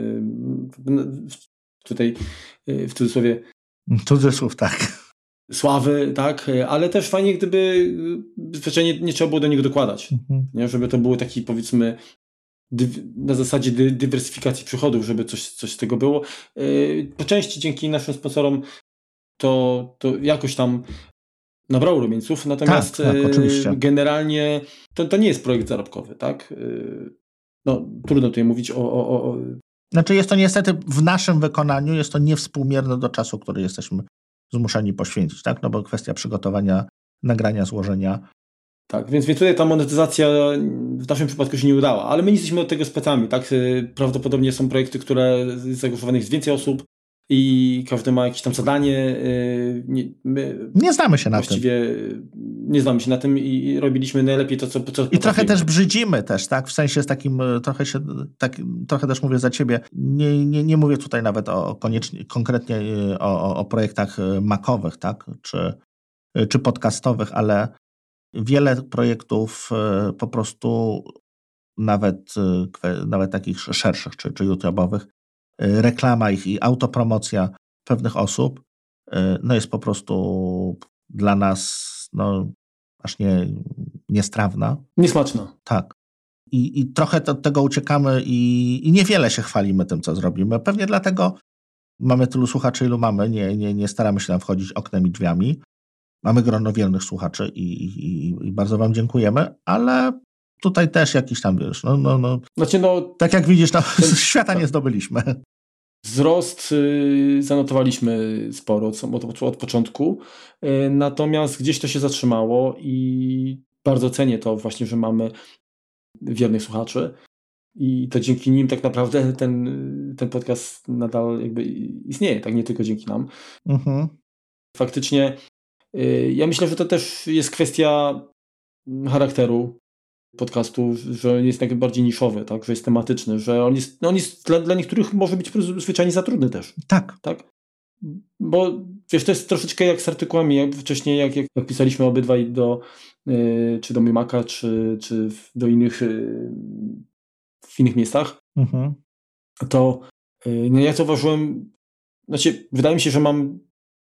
tutaj w cudzysłowie... Cudzysłów, tak. Sławy, tak, ale też fajnie, gdyby zwyczajnie nie trzeba było do niego dokładać, mhm. nie? Żeby to było taki powiedzmy na zasadzie dy dywersyfikacji przychodów, żeby coś, coś z tego było. Po części dzięki naszym sponsorom to, to jakoś tam nabrało rumieńców, natomiast tak, tak, oczywiście. generalnie to, to nie jest projekt zarobkowy, tak? No, trudno tutaj mówić o, o, o... Znaczy jest to niestety w naszym wykonaniu jest to niewspółmierne do czasu, który jesteśmy zmuszeni poświęcić, tak? No bo kwestia przygotowania, nagrania, złożenia. Tak, więc, więc tutaj ta monetyzacja w naszym przypadku się nie udała, ale my nie jesteśmy od tego specami, tak? Prawdopodobnie są projekty, które zaangażowanych jest więcej osób i każdy ma jakieś tam zadanie. Nie, my nie znamy się na tym. Właściwie nie znamy się na tym i robiliśmy najlepiej to, co, co I trochę też brzydzimy też, tak? W sensie z takim, trochę się, tak, trochę też mówię za ciebie. Nie, nie, nie mówię tutaj nawet o koniecznie, konkretnie o, o projektach makowych, tak? Czy, czy podcastowych, ale wiele projektów po prostu nawet, nawet takich szerszych, czy, czy YouTube'owych, reklama ich i autopromocja pewnych osób no jest po prostu dla nas no, aż nie, niestrawna. Niesmaczna. Tak. I, i trochę od tego uciekamy i, i niewiele się chwalimy tym, co zrobimy. Pewnie dlatego mamy tylu słuchaczy, ilu mamy. Nie, nie, nie staramy się tam wchodzić oknem i drzwiami. Mamy grono wiernych słuchaczy i, i, i bardzo wam dziękujemy, ale tutaj też jakiś tam, wiesz, no, no, no, znaczy, no tak jak widzisz, no, ten, świata tak. nie zdobyliśmy. Wzrost y, zanotowaliśmy sporo od, od, od początku, y, natomiast gdzieś to się zatrzymało i bardzo cenię to właśnie, że mamy wiernych słuchaczy. I to dzięki nim tak naprawdę ten, ten podcast nadal jakby istnieje, tak, nie tylko dzięki nam. Mhm. Faktycznie y, ja myślę, że to też jest kwestia charakteru podcastu, że on jest tak bardziej niszowy, tak, że jest tematyczny, że on jest, no on jest dla, dla niektórych może być zwyczajnie za trudny też. Tak. tak. Bo wiesz, to jest troszeczkę jak z artykułami, jak wcześniej, jak, jak, jak pisaliśmy obydwaj do yy, czy do Mimaka, czy, czy do innych yy, w innych miejscach, Mhm. to yy, no ja zauważyłem, znaczy wydaje mi się, że mam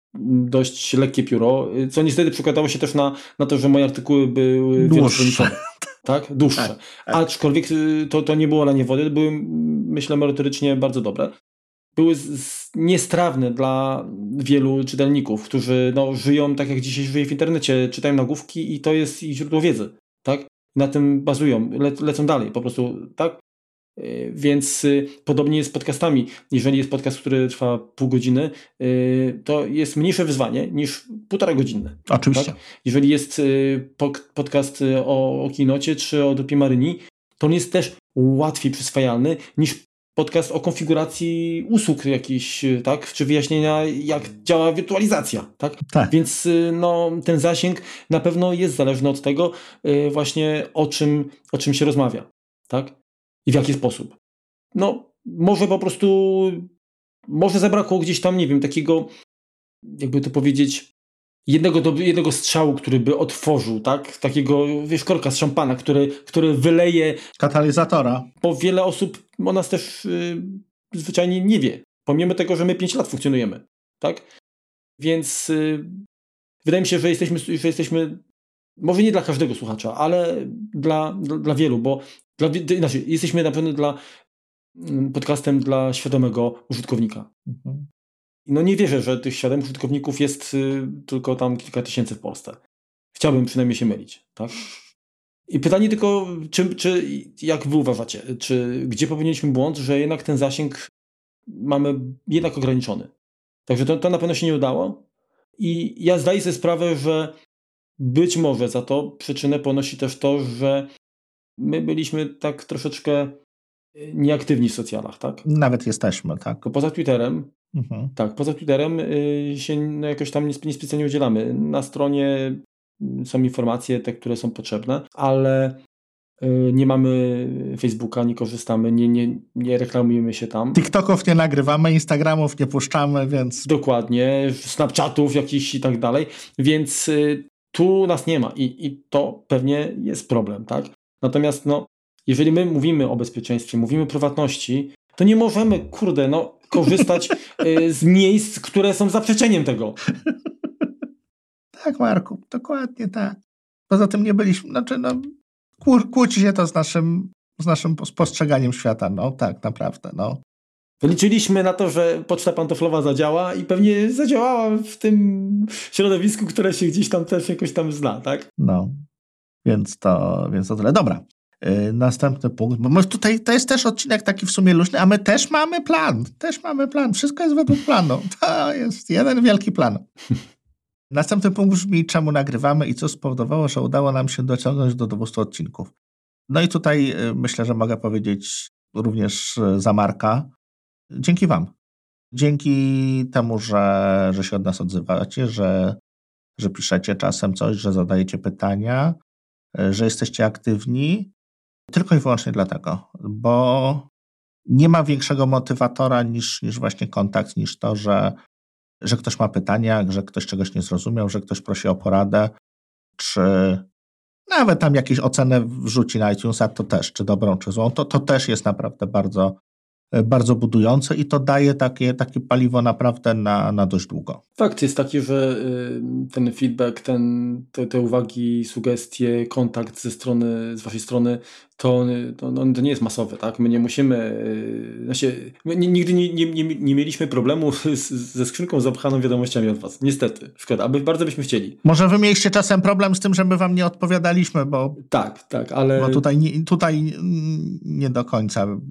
dość lekkie pióro, co niestety przekładało się też na, na to, że moje artykuły były wielostronicowe. Tak? Dłuższe. Tak, tak. Aczkolwiek to, to nie było lanie wody, były, myślę, merytorycznie bardzo dobre. Były z, z, niestrawne dla wielu czytelników, którzy no, żyją tak, jak dzisiaj żyje w internecie, czytają nagłówki i to jest ich źródło wiedzy. Tak? Na tym bazują, le, lecą dalej po prostu, tak? Yy, więc yy, podobnie jest z podcastami. Jeżeli jest podcast, który trwa pół godziny, yy, to jest mniejsze wyzwanie niż półtora godziny. Oczywiście. Tak? Jeżeli jest yy, pok- podcast o, o kinocie czy o Dupie Maryni, to on jest też łatwiej przyswajalny niż podcast o konfiguracji usług jakichś, tak? Czy wyjaśnienia, jak działa wirtualizacja. Tak? Tak. Więc yy, no, ten zasięg na pewno jest zależny od tego yy, właśnie o czym, o czym się rozmawia. Tak? I w jaki sposób? No, może po prostu, może zabrakło gdzieś tam, nie wiem, takiego, jakby to powiedzieć, jednego, do, jednego strzału, który by otworzył, tak? Takiego, wiesz, korka z szampana, który, który wyleje. Katalizatora. Bo wiele osób o nas też yy, zwyczajnie nie wie. Pomimo tego, że my pięć lat funkcjonujemy, tak? Więc yy, wydaje mi się, że jesteśmy, że jesteśmy, może nie dla każdego słuchacza, ale dla, dla, dla wielu, bo Dla, znaczy, jesteśmy na pewno dla podcastem dla świadomego użytkownika. Mhm. No nie wierzę, że tych świadomych użytkowników jest y, tylko tam kilka tysięcy w Polsce. Chciałbym przynajmniej się mylić, tak? I pytanie tylko, czy, czy jak wy uważacie, czy gdzie popełniliśmy błąd, że jednak ten zasięg mamy jednak ograniczony. Także to, to na pewno się nie udało. I ja zdaję sobie sprawę, że być może za to przyczynę ponosi też to, że my byliśmy tak troszeczkę nieaktywni w socjalach, tak? Nawet jesteśmy, tak. Tylko poza Twitterem, Mhm. tak, poza Twitterem y, się no, jakoś tam niespecjalnie udzielamy. Na stronie są informacje, te, które są potrzebne, ale y, nie mamy Facebooka, nie korzystamy, nie, nie, nie reklamujemy się tam. TikToków nie nagrywamy, Instagramów nie puszczamy, więc... Dokładnie, Snapchatów jakichś i tak dalej, więc y, tu nas nie ma i, i to pewnie jest problem, tak? Natomiast no, jeżeli my mówimy o bezpieczeństwie, mówimy o prywatności, to nie możemy, kurde, no, korzystać y, z miejsc, które są zaprzeczeniem tego. Tak, Marku, dokładnie tak. Poza tym nie byliśmy, znaczy no, kłó- kłóci się to z naszym, z naszym postrzeganiem świata, no tak, naprawdę, no. Liczyliśmy na to, że poczta pantoflowa zadziała i pewnie zadziałała w tym środowisku, które się gdzieś tam też jakoś tam zna, tak? No, więc to, więc to tyle. Dobra. Yy, następny punkt, bo my tutaj to jest też odcinek taki w sumie luźny, a my też mamy plan, też mamy plan, wszystko jest według planu, to jest jeden wielki plan. Następny punkt brzmi, czemu nagrywamy i co spowodowało, że udało nam się dociągnąć do dwustu odcinków. No i tutaj yy, myślę, że mogę powiedzieć również yy, za Marka, dzięki wam. Dzięki temu, że, że się od nas odzywacie, że, że piszecie czasem coś, że zadajecie pytania, że jesteście aktywni. Tylko i wyłącznie dlatego, bo nie ma większego motywatora niż, niż właśnie kontakt, niż to, że, że ktoś ma pytania, że ktoś czegoś nie zrozumiał, że ktoś prosi o poradę, czy nawet tam jakieś ocenę wrzuci na iTunesa, to też, czy dobrą, czy złą, to, to też jest naprawdę bardzo, bardzo budujące i to daje takie, takie paliwo naprawdę na, na dość długo. Fakt jest taki, że ten feedback, ten, te, te uwagi, sugestie, kontakt ze strony, z waszej strony, to, to, no, to nie jest masowe, tak? My nie musimy, znaczy, my nigdy nie, nie, nie, nie mieliśmy problemu z, ze skrzynką zapchaną wiadomościami od was. Niestety. Szkoda, aby bardzo byśmy chcieli. Może wy mieliście czasem problem z tym, że my wam nie odpowiadaliśmy, bo... Tak, tak, ale... Bo tutaj nie, tutaj nie do końca...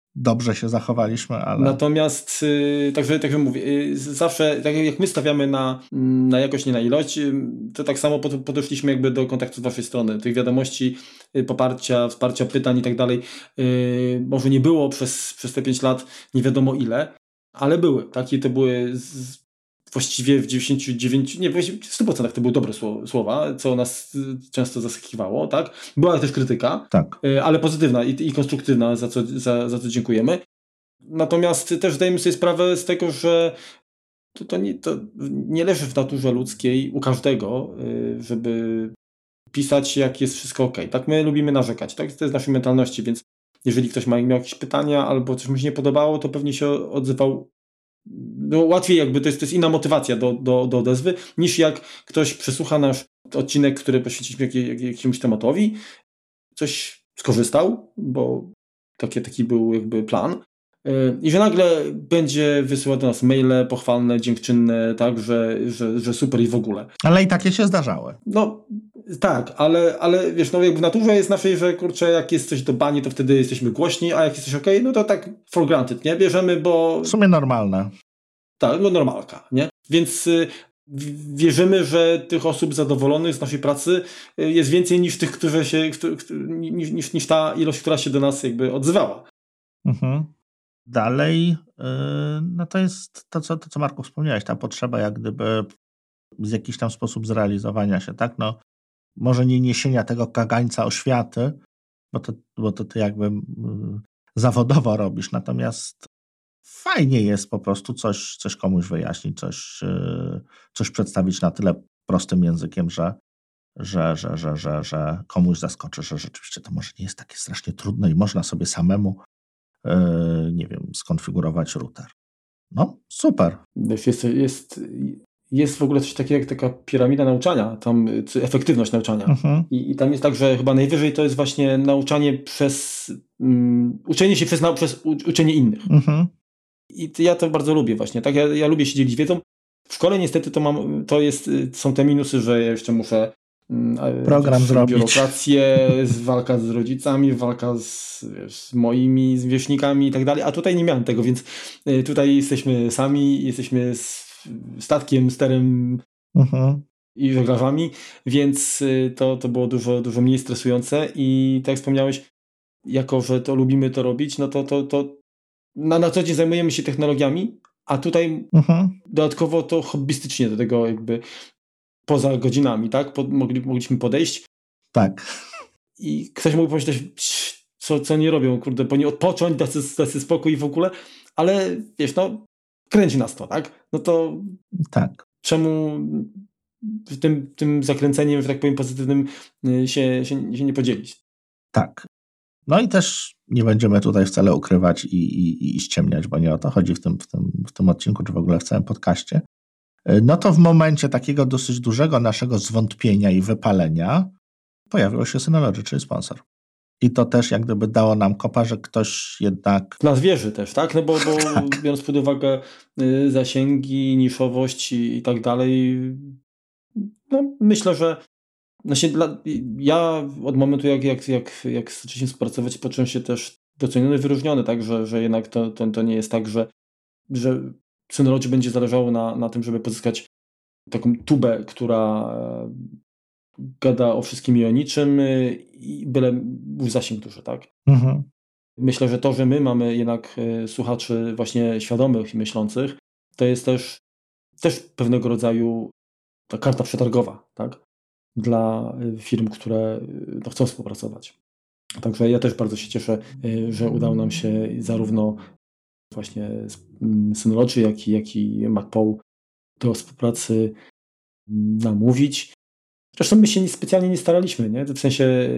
dobrze się zachowaliśmy, ale... Natomiast, yy, także, także mówię, yy, zawsze, tak jak my stawiamy na, na jakość, nie na ilość, yy, to tak samo pod, podeszliśmy jakby do kontaktu z waszej strony. Tych wiadomości, yy, poparcia, wsparcia, pytań i tak dalej, yy, może nie było przez, przez te pięć lat nie wiadomo ile, ale były. Takie to były z, właściwie w dziewięćdziesiąt dziewięć, nie, w stu procentach to były dobre słowa, co nas często zaskakiwało, tak? Była też krytyka, tak. yy, ale pozytywna i, i konstruktywna, za co, za, za co dziękujemy. Natomiast też zdajemy sobie sprawę z tego, że to, to, nie, to nie leży w naturze ludzkiej u każdego, żeby pisać, jak jest wszystko ok. Tak, my lubimy narzekać, tak? To jest w naszej mentalności, więc jeżeli ktoś ma, miał jakieś pytania albo coś mu się nie podobało, to pewnie się odzywał. No, łatwiej jakby, to jest, to jest inna motywacja do, do, do odezwy, niż jak ktoś przesłucha nasz odcinek, który poświęciliśmy jak, jak, jakiemuś tematowi, coś skorzystał, bo taki, taki był jakby plan. I że nagle będzie wysyłał do nas maile pochwalne, dziękczynne, tak, że, że, że super i w ogóle. Ale i takie się zdarzały. No tak, ale, ale wiesz, no jakby w naturze jest naszej, że kurczę, jak jest coś do bani, to wtedy jesteśmy głośni, a jak jest coś okej, okay, no to tak for granted, nie? Bierzemy, bo... W sumie normalne. Tak, no normalka, nie? Więc y, wierzymy, że tych osób zadowolonych z naszej pracy y, jest więcej niż tych, którzy się, którzy, niż, niż, niż ta ilość, która się do nas jakby odzywała. Mhm. Dalej, no to jest to co, to, co Marku wspomniałeś, ta potrzeba jak gdyby w jakiś tam sposób zrealizowania się, tak? No, może nie niesienia tego kagańca oświaty, bo to, bo to ty jakby zawodowo robisz, natomiast fajnie jest po prostu coś, coś komuś wyjaśnić, coś, coś przedstawić na tyle prostym językiem, że, że, że, że, że, że komuś zaskoczy, że rzeczywiście to może nie jest takie strasznie trudne i można sobie samemu nie wiem, skonfigurować router. No, super. Jest, jest, jest w ogóle coś takiego jak taka piramida nauczania, tam efektywność nauczania. Mhm. I, I tam jest tak, że chyba najwyżej to jest właśnie nauczanie przez um, uczenie się przez, przez uczenie innych. Mhm. I ja to bardzo lubię właśnie. Tak, ja, ja lubię się dzielić wiedzą. W szkole niestety to mam, to jest, są te minusy, że ja jeszcze muszę program zrobić. Biurokrację, walka z rodzicami, walka z, wiesz, z moimi zwierzchnikami i tak dalej, a tutaj nie miałem tego, więc tutaj jesteśmy sami, jesteśmy statkiem, sterem uh-huh. i żeglarzami, więc to, to było dużo, dużo mniej stresujące i tak jak wspomniałeś, jako że to lubimy to robić, no to, to, to na, na co dzień zajmujemy się technologiami, a tutaj uh-huh. dodatkowo to hobbystycznie do tego jakby poza godzinami, tak? Po, mogli, mogliśmy podejść. Tak. I ktoś mógł pomyśleć, co, co nie robią, kurde, po nie odpocząć, dać sobie spokój w ogóle, ale wiesz, no, kręci nas to, tak? No to tak. Czemu tym, tym zakręceniem, że tak powiem, pozytywnym się, się, się nie podzielić? Tak. No i też nie będziemy tutaj wcale ukrywać i, i, i ściemniać, bo nie o to chodzi w tym, w, tym, w tym odcinku, czy w ogóle w całym podcaście. No to w momencie takiego dosyć dużego naszego zwątpienia i wypalenia pojawił się Synology, czyli sponsor. I to też jak gdyby dało nam kopa, że ktoś jednak... W nas wierzy też, tak? No bo, bo tak. Biorąc pod uwagę y, zasięgi, niszowość i, i tak dalej, no myślę, że znaczy, dla, ja od momentu jak, jak, jak, jak zaczęliśmy współpracować, poczułem się też doceniony, wyróżniony, tak? Że, że jednak to, to, to nie jest tak, że, że Synology będzie zależało na, na tym, żeby pozyskać taką tubę, która gada o wszystkim i o niczym i byle był zasięg duży, tak? Mhm. Myślę, że to, że my mamy jednak słuchaczy właśnie świadomych i myślących, to jest też, też pewnego rodzaju ta karta przetargowa, tak? Dla firm, które no, chcą współpracować. Także ja też bardzo się cieszę, że udało nam się zarówno właśnie Synology, jak i, jak i MacPow do współpracy namówić. Zresztą my się specjalnie nie staraliśmy, nie? W sensie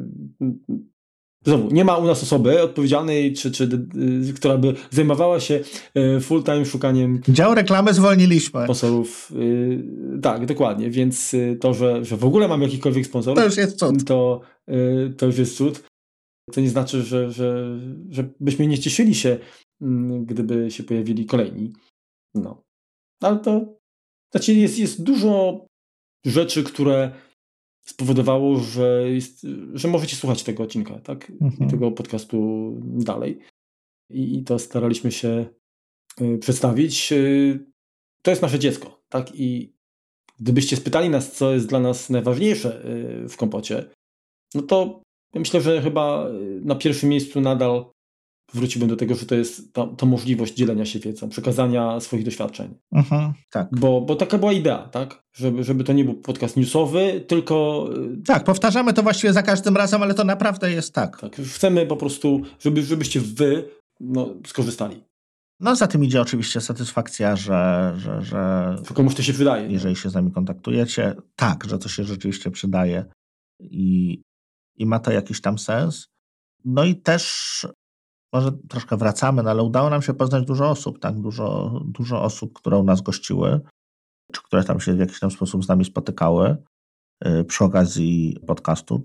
znowu, nie ma u nas osoby odpowiedzialnej, czy, czy, która by zajmowała się full time szukaniem... Dział reklamy zwolniliśmy. Sponsorów. Tak, dokładnie. Więc to, że, że w ogóle mamy jakichkolwiek sponsorów, to już jest cud. To, to już jest cud. To nie znaczy, że, że, że byśmy nie cieszyli się, gdyby się pojawili kolejni. No. Ale to znaczy jest, jest dużo rzeczy, które spowodowało, że, jest, że możecie słuchać tego odcinka, tak? Mhm. Tego podcastu dalej. i, i to staraliśmy się y, przedstawić. Y, to jest nasze dziecko, tak? I gdybyście spytali nas, co jest dla nas najważniejsze y, w Kompocie, no to ja myślę, że chyba y, na pierwszym miejscu nadal wróciłbym do tego, że to jest ta, ta możliwość dzielenia się wiedzą, przekazania swoich doświadczeń. Mhm, tak. Bo, bo taka była idea, tak? Żeby, żeby to nie był podcast newsowy, tylko... Tak, powtarzamy to właściwie za każdym razem, ale to naprawdę jest tak. Tak, chcemy po prostu, żeby, żebyście wy no, skorzystali. No za tym idzie oczywiście satysfakcja, że, że, że komuś to się przydaje. Jeżeli się z nami kontaktujecie, tak, że to się rzeczywiście przydaje i, i ma to jakiś tam sens. No i też może troszkę wracamy, no ale udało nam się poznać dużo osób, tak? Dużo, dużo osób, które u nas gościły, czy które tam się w jakiś tam sposób z nami spotykały yy, przy okazji podcastu,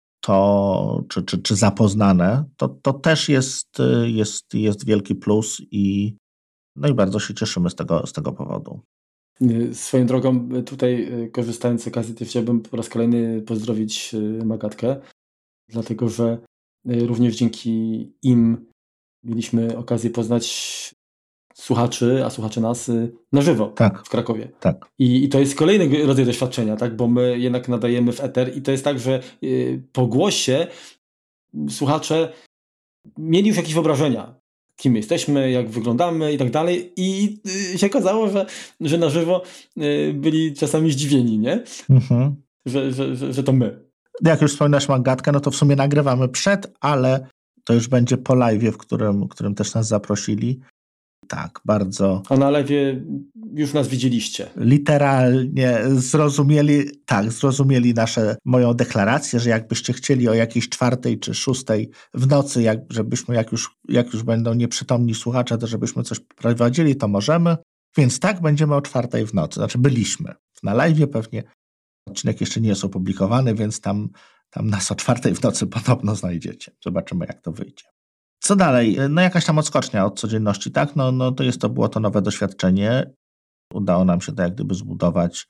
to, czy, czy, czy zapoznane, to, to też jest, jest, jest wielki plus i, no i bardzo się cieszymy z tego, z tego powodu. Swoją drogą tutaj, korzystając z okazji, też chciałbym po raz kolejny pozdrowić Magatkę, dlatego że również dzięki im mieliśmy okazję poznać słuchaczy, a słuchacze nas na żywo tak, w Krakowie. Tak. I, I to jest kolejny rodzaj doświadczenia, tak? Bo my jednak nadajemy w eter i to jest tak, że y, po głosie słuchacze mieli już jakieś wyobrażenia, kim jesteśmy, jak wyglądamy i tak dalej. I y, się okazało, że, że na żywo y, byli czasami zdziwieni, nie? Mhm. Że, że, że, że to my. Jak już wspominasz Magatkę, no to w sumie nagrywamy przed, ale to już będzie po live'ie, w którym, którym też nas zaprosili. Tak, bardzo... A na live'ie już nas widzieliście. Literalnie zrozumieli, tak, zrozumieli nasze, moją deklarację, że jakbyście chcieli o jakiejś czwartej czy szóstej w nocy, jak, żebyśmy, jak już, jak już będą nieprzytomni słuchacze, to żebyśmy coś prowadzili, to możemy. Więc tak, będziemy o czwartej w nocy. Znaczy byliśmy. Na live'ie pewnie odcinek jeszcze nie jest opublikowany, więc tam, tam nas o czwartej w nocy podobno znajdziecie. Zobaczymy, jak to wyjdzie. Co dalej? No jakaś tam odskocznia od codzienności, tak? No, no to jest to, było to nowe doświadczenie. Udało nam się to jak gdyby zbudować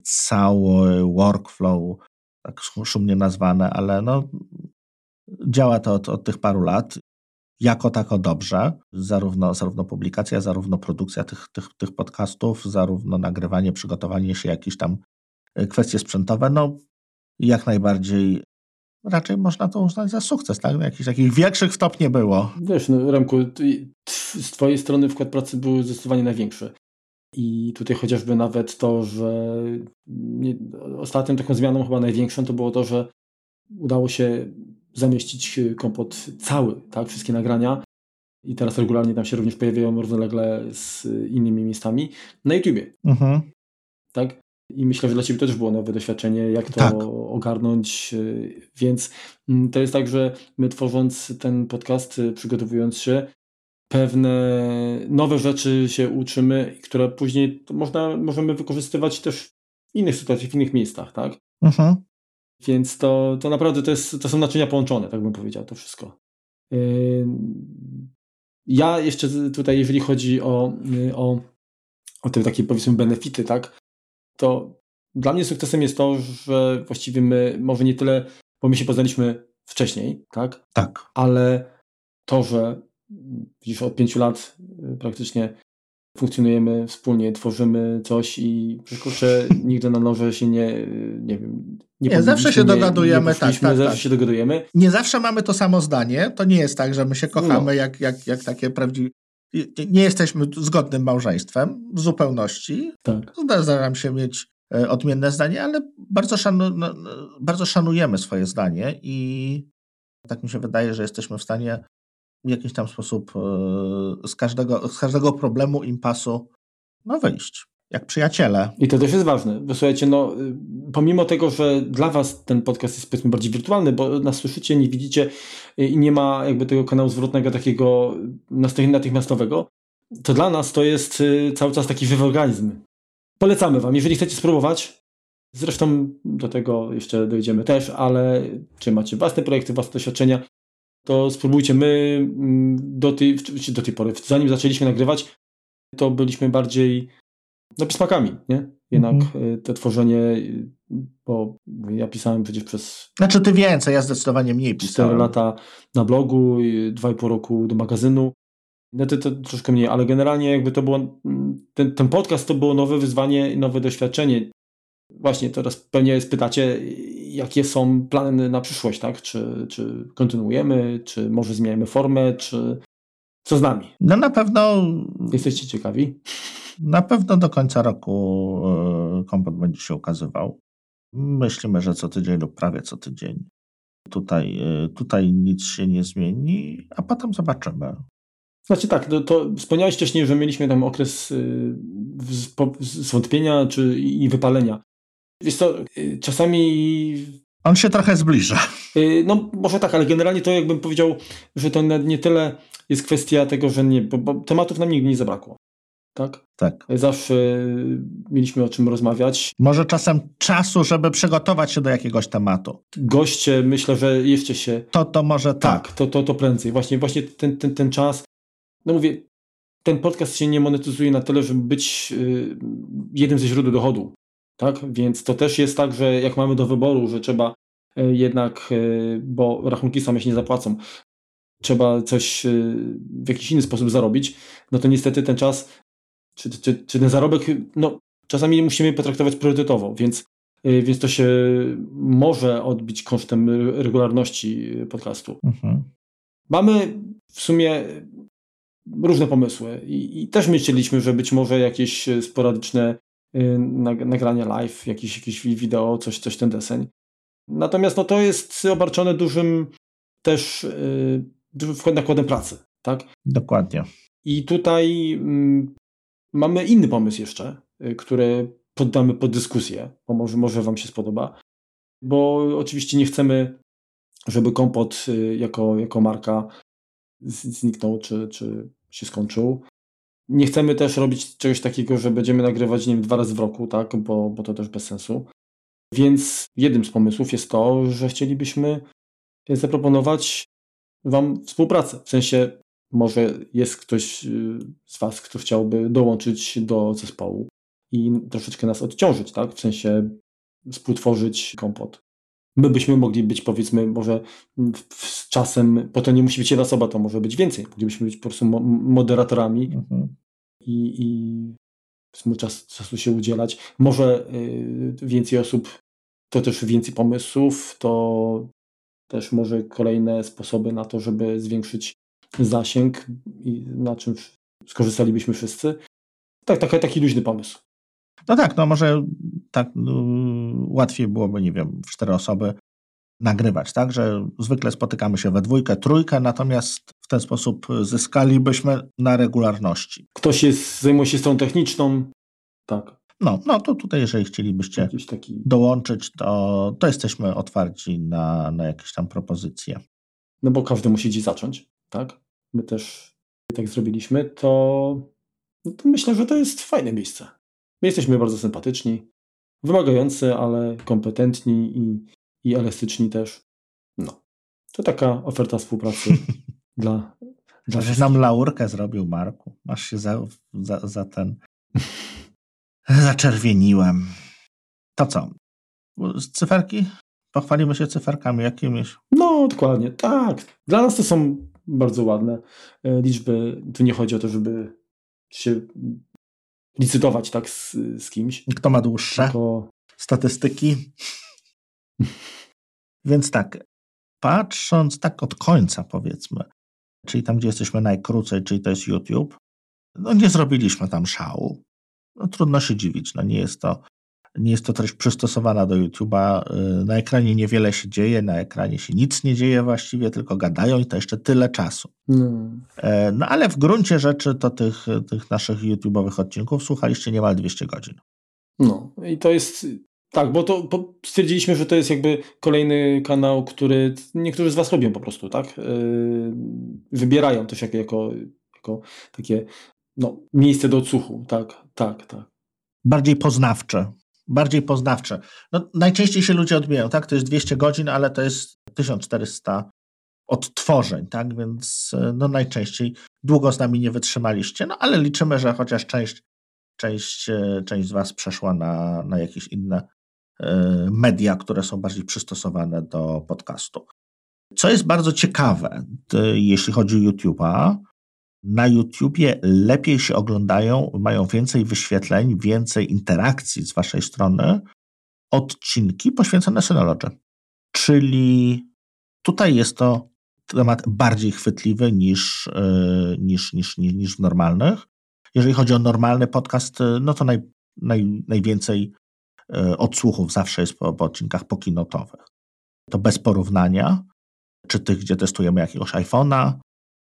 cały workflow, tak szumnie nazwane, ale no działa to od, od tych paru lat. Jako tako dobrze. Zarówno, zarówno publikacja, zarówno produkcja tych, tych, tych podcastów, zarówno nagrywanie, przygotowanie się, jakieś tam kwestie sprzętowe, no jak najbardziej raczej można to uznać za sukces, tak? Jakichś takich większych wtop nie było. Wiesz, no Remku, z twojej strony wkład pracy był zdecydowanie największy. I tutaj chociażby nawet to, że nie, ostatnią taką zmianą chyba największą to było to, że udało się zamieścić kompot cały, tak? Wszystkie nagrania. I teraz regularnie tam się również pojawiają równolegle z innymi miejscami na YouTubie. Mhm. Tak? I myślę, że dla Ciebie to też było nowe doświadczenie, jak to tak. ogarnąć. Więc to jest tak, że my tworząc ten podcast, przygotowując się, pewne nowe rzeczy się uczymy, które później można, możemy wykorzystywać też w innych sytuacjach, w innych miejscach, tak? Mhm. Więc to, to naprawdę to, jest, to są naczynia połączone, tak bym powiedział, to wszystko. Ja jeszcze tutaj, jeżeli chodzi o, o, o te takie, powiedzmy, benefity, tak, to dla mnie sukcesem jest to, że właściwie my, może nie tyle, bo my się poznaliśmy wcześniej, tak? Tak. Ale to, że widzisz, od pięciu lat praktycznie funkcjonujemy wspólnie, tworzymy coś i kurczę, nigdy na noże się nie, nie wiem, nie, nie zawsze się dogadujemy, nie tak, tak, zawsze tak. się dogadujemy. Nie zawsze mamy to samo zdanie, to nie jest tak, że my się kochamy no. jak, jak, jak takie prawdziwe, nie jesteśmy zgodnym małżeństwem w zupełności. Tak. Zdarza nam się mieć odmienne zdanie, ale bardzo, szanu, no, bardzo szanujemy swoje zdanie i tak mi się wydaje, że jesteśmy w stanie w jakiś tam sposób z każdego, z każdego problemu, impasu no wyjść, jak przyjaciele. I to też jest ważne. Bo słuchajcie, no pomimo tego, że dla was ten podcast jest powiedzmy bardziej wirtualny, bo nas słyszycie, nie widzicie i nie ma jakby tego kanału zwrotnego takiego natychmiastowego, to dla nas to jest cały czas taki żywy organizm. Polecamy wam, jeżeli chcecie spróbować, zresztą do tego jeszcze dojdziemy też, ale czy macie własne projekty, własne doświadczenia, to spróbujcie. My do tej, do tej pory, zanim zaczęliśmy nagrywać, to byliśmy bardziej no pismakami, nie? Jednak mm-hmm. to tworzenie, bo ja pisałem przecież przez... Znaczy ty więcej, ja zdecydowanie mniej pisałem. cztery lata na blogu, dwa i pół roku do magazynu. No to, to troszkę mniej, ale generalnie jakby to było, ten, ten podcast to było nowe wyzwanie, nowe doświadczenie. Właśnie teraz pewnie spytacie, jakie są plany na przyszłość, tak? Czy, czy kontynuujemy, czy może zmieniamy formę, czy co z nami? No na pewno... Jesteście ciekawi? Na pewno do końca roku Kompot będzie się ukazywał. Myślimy, że co tydzień lub prawie co tydzień. Tutaj, tutaj nic się nie zmieni, a potem zobaczymy. Znaczy tak, to, to wspomniałeś wcześniej, że mieliśmy tam okres zwątpienia czy, i wypalenia. Wiesz co, czasami... On się trochę zbliża. No może tak, ale generalnie to jakbym powiedział, że to nie tyle jest kwestia tego, że nie, bo, bo tematów nam nigdy nie zabrakło. Tak? Tak. Zawsze mieliśmy o czym rozmawiać. Może czasem czasu, żeby przygotować się do jakiegoś tematu. Goście, myślę, że jeszcze się... To, to może tak. Tak, to, to, to prędzej. Właśnie, właśnie ten, ten, ten czas... No mówię, ten podcast się nie monetyzuje na tyle, żeby być y, jednym ze źródeł dochodu. Tak? Więc to też jest tak, że jak mamy do wyboru, że trzeba y, jednak, y, bo rachunki same się nie zapłacą, trzeba coś y, w jakiś inny sposób zarobić, no to niestety ten czas Czy, czy, czy ten zarobek, no czasami musimy potraktować priorytetowo, więc, więc to się może odbić kosztem regularności podcastu. Mhm. Mamy w sumie różne pomysły i, i też myśleliśmy, że być może jakieś sporadyczne nagrania live, jakieś, jakieś wideo, coś, coś ten deseń. Natomiast no, to jest obarczone dużym też dużym nakładem pracy, tak? Dokładnie. I tutaj mm, mamy inny pomysł jeszcze, który poddamy pod dyskusję, bo może, może wam się spodoba, bo oczywiście nie chcemy, żeby Kompot jako, jako marka zniknął, czy, czy się skończył. Nie chcemy też robić czegoś takiego, że będziemy nagrywać, nie wiem, dwa razy w roku, tak, bo, bo to też bez sensu. Więc jednym z pomysłów jest to, że chcielibyśmy zaproponować wam współpracę. W sensie może jest ktoś z was, kto chciałby dołączyć do zespołu i troszeczkę nas odciążyć, tak? W sensie współtworzyć Kompot. My byśmy mogli być, powiedzmy, może z czasem, bo to nie musi być jedna osoba, to może być więcej. Moglibyśmy być po prostu moderatorami mhm. i, i czas, czasu się udzielać. Może y, więcej osób, to też więcej pomysłów, to też może kolejne sposoby na to, żeby zwiększyć zasięg i na czym skorzystalibyśmy wszyscy. Tak, taki, taki luźny pomysł. No tak, no może tak no, łatwiej byłoby, nie wiem, w cztery osoby nagrywać, tak, że zwykle spotykamy się we dwójkę, trójkę, natomiast w ten sposób zyskalibyśmy na regularności. Ktoś jest, zajmuje się stroną techniczną, tak. No, no to tutaj, jeżeli chcielibyście taki... dołączyć, to, to jesteśmy otwarci na, na jakieś tam propozycje. No bo każdy musi gdzieś zacząć, tak? My też tak zrobiliśmy, to, to myślę, że to jest fajne miejsce. My jesteśmy bardzo sympatyczni, wymagający, ale kompetentni i, i elastyczni też. No, to taka oferta współpracy dla... dla Żeś nam laurkę zrobił, Marku. Masz się za, za, za ten... Zaczerwieniłem. To co? Z cyferki? Pochwalimy się cyferkami jakimiś? No, dokładnie. Tak. Dla nas to są bardzo ładne liczby. Tu nie chodzi o to, żeby się licytować tak z, z kimś. Kto ma dłuższe Tylko... statystyki? Więc tak, patrząc tak od końca powiedzmy, czyli tam, gdzie jesteśmy najkrócej, czyli to jest YouTube, no nie zrobiliśmy tam szału. No, trudno się dziwić, no nie jest to, nie jest to treść przystosowana do YouTube'a. Na ekranie niewiele się dzieje, na ekranie się nic nie dzieje właściwie, tylko gadają i to jeszcze tyle czasu. No, no ale w gruncie rzeczy to tych, tych naszych YouTube'owych odcinków słuchaliście niemal dwieście godzin. No i to jest, tak, bo to bo stwierdziliśmy, że to jest jakby kolejny kanał, który niektórzy z was lubią po prostu, tak? Yy, wybierają też jako, jako, jako takie no, miejsce do odsłuchu, tak, tak, tak. Bardziej poznawcze. Bardziej poznawcze. No, najczęściej się ludzie odbijają, tak? To jest dwieście godzin, ale to jest tysiąc czterysta odtworzeń, tak? Więc no, najczęściej długo z nami nie wytrzymaliście, no ale liczymy, że chociaż część, część, część z was przeszła na, na jakieś inne media, które są bardziej przystosowane do podcastu. Co jest bardzo ciekawe, jeśli chodzi o YouTube'a, Na YouTubie lepiej się oglądają, mają więcej wyświetleń, więcej interakcji z waszej strony odcinki poświęcone Synology. Czyli tutaj jest to temat bardziej chwytliwy niż, niż, niż, niż, niż w normalnych. Jeżeli chodzi o normalny podcast, no to naj, naj, najwięcej odsłuchów zawsze jest po, po odcinkach pokinotowych. To bez porównania, czy tych, gdzie testujemy jakiegoś iPhone'a,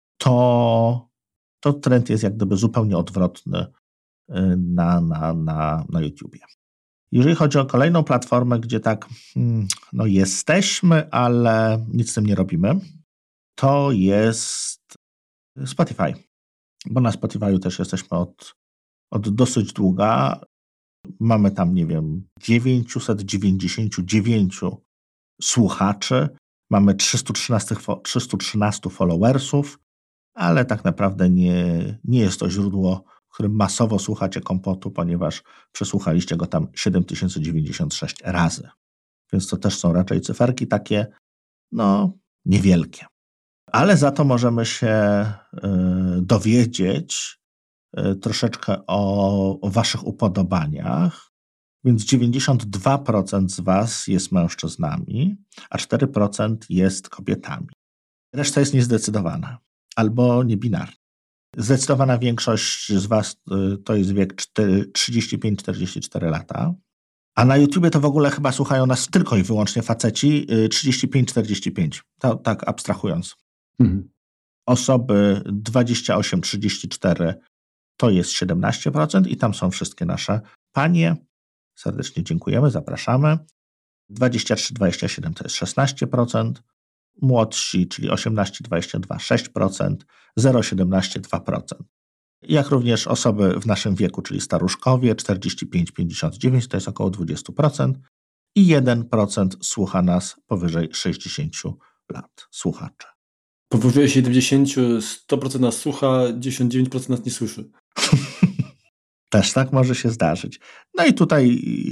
to, to trend jest jak gdyby zupełnie odwrotny na, na, na, na YouTubie. Jeżeli chodzi o kolejną platformę, gdzie tak no jesteśmy, ale nic z tym nie robimy, to jest Spotify. Bo na Spotify'u też jesteśmy od, od dosyć długa. Mamy tam, nie wiem, dziewięćset dziewięćdziesiąt dziewięć słuchaczy, mamy trzysta trzynaście, trzysta trzynaście followersów, ale tak naprawdę nie, nie jest to źródło, w którym masowo słuchacie Kompotu, ponieważ przesłuchaliście go tam siedem tysięcy dziewięćdziesiąt sześć razy. Więc to też są raczej cyferki takie, no, niewielkie. Ale za to możemy się y, dowiedzieć y, troszeczkę o, o waszych upodobaniach. Więc dziewięćdziesiąt dwa procent z was jest mężczyznami, a cztery procent jest kobietami. Reszta jest niezdecydowana albo niebinarna. Zdecydowana większość z was y, to jest wiek trzydzieści pięć czterdzieści cztery lata, a na YouTubie to w ogóle chyba słuchają nas tylko i wyłącznie faceci y, trzydzieści pięć czterdzieści pięć, to, tak abstrahując. Mhm. Osoby dwadzieścia osiem trzydzieści cztery to jest siedemnaście procent i tam są wszystkie nasze panie. Serdecznie dziękujemy, zapraszamy. dwadzieścia trzy dwadzieścia siedem to jest szesnaście procent. Młodsi, czyli osiemnaście dwadzieścia dwa sześć procent. zero siedemnaście dwa procent. Jak również osoby w naszym wieku, czyli staruszkowie czterdzieści pięć pięćdziesiąt dziewięć to jest około dwadzieścia procent. I jeden procent słucha nas powyżej sześćdziesiąt lat słuchacze. Powyżej siedemdziesiąt sto procent nas słucha, dziewięćdziesiąt dziewięć procent nas nie słyszy. Też tak może się zdarzyć. No i tutaj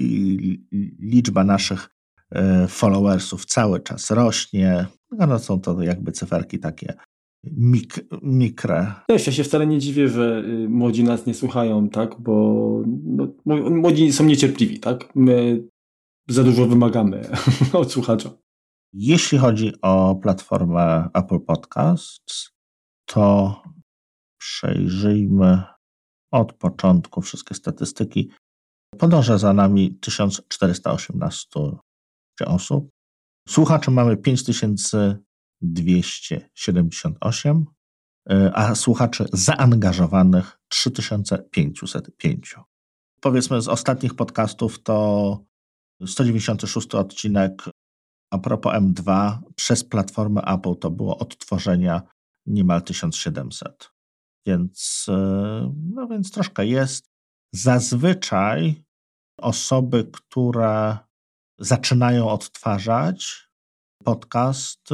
liczba naszych followersów cały czas rośnie. No są to jakby cyferki takie mik- mikre. Ja się wcale nie dziwię, że młodzi nas nie słuchają, tak? Bo no, młodzi są niecierpliwi, tak? My za dużo wymagamy od słuchacza. Jeśli chodzi o platformę Apple Podcasts, to przejrzyjmy od początku wszystkie statystyki. Podąża za nami tysiąc czterysta osiemnaście osób. Słuchaczy mamy pięć tysięcy dwieście siedemdziesiąt osiem, a słuchaczy zaangażowanych trzy tysiące pięćset pięć. Powiedzmy z ostatnich podcastów to sto dziewięćdziesiąty szósty odcinek a propos M dwa przez platformę Apple to było odtworzenia niemal tysiąc siedemset. Więc, no więc troszkę jest. Zazwyczaj osoby, które zaczynają odtwarzać podcast,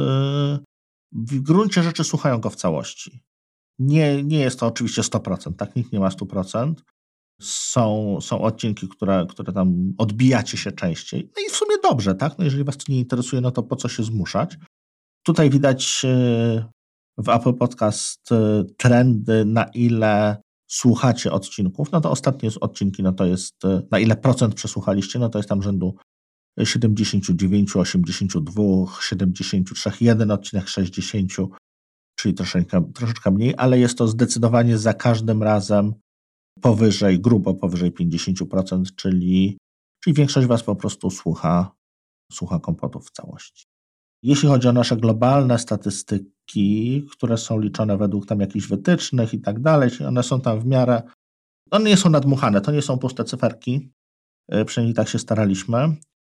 w gruncie rzeczy słuchają go w całości. Nie, nie jest to oczywiście sto procent, tak? Nikt nie ma sto procent. Są, są odcinki, które, które tam odbijacie się częściej. No i w sumie dobrze, tak? No jeżeli was to nie interesuje, no to po co się zmuszać? Tutaj widać w Apple Podcast trendy, na ile słuchacie odcinków. No to ostatnie odcinki, no to jest, na ile procent przesłuchaliście, no to jest tam rzędu siedemdziesiąt dziewięć, osiemdziesiąt dwa, siedemdziesiąt trzy, jeden odcinek sześćdziesiąt, czyli troszeczkę, troszeczkę mniej, ale jest to zdecydowanie za każdym razem powyżej, grubo powyżej pięćdziesiąt procent, czyli, czyli większość was po prostu słucha, słucha Kompotów w całości. Jeśli chodzi o nasze globalne statystyki, które są liczone według tam jakichś wytycznych i tak dalej, one są tam w miarę, one nie są nadmuchane, to nie są puste cyferki, przynajmniej tak się staraliśmy,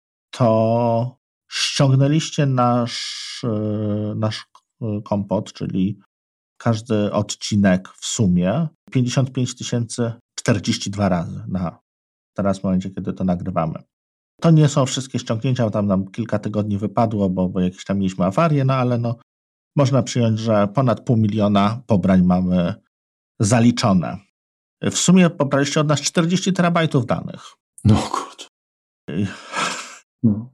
to ściągnęliście nasz, nasz Kompot, czyli każdy odcinek w sumie pięćdziesiąt pięć tysięcy czterdzieści dwa razy na teraz w momencie, kiedy to nagrywamy. To nie są wszystkie ściągnięcia, tam nam kilka tygodni wypadło, bo, bo jakieś tam mieliśmy awarię, no ale no, można przyjąć, że ponad pół miliona pobrań mamy zaliczone. W sumie pobraliście od nas czterdzieści terabajtów danych. No kurczę. No.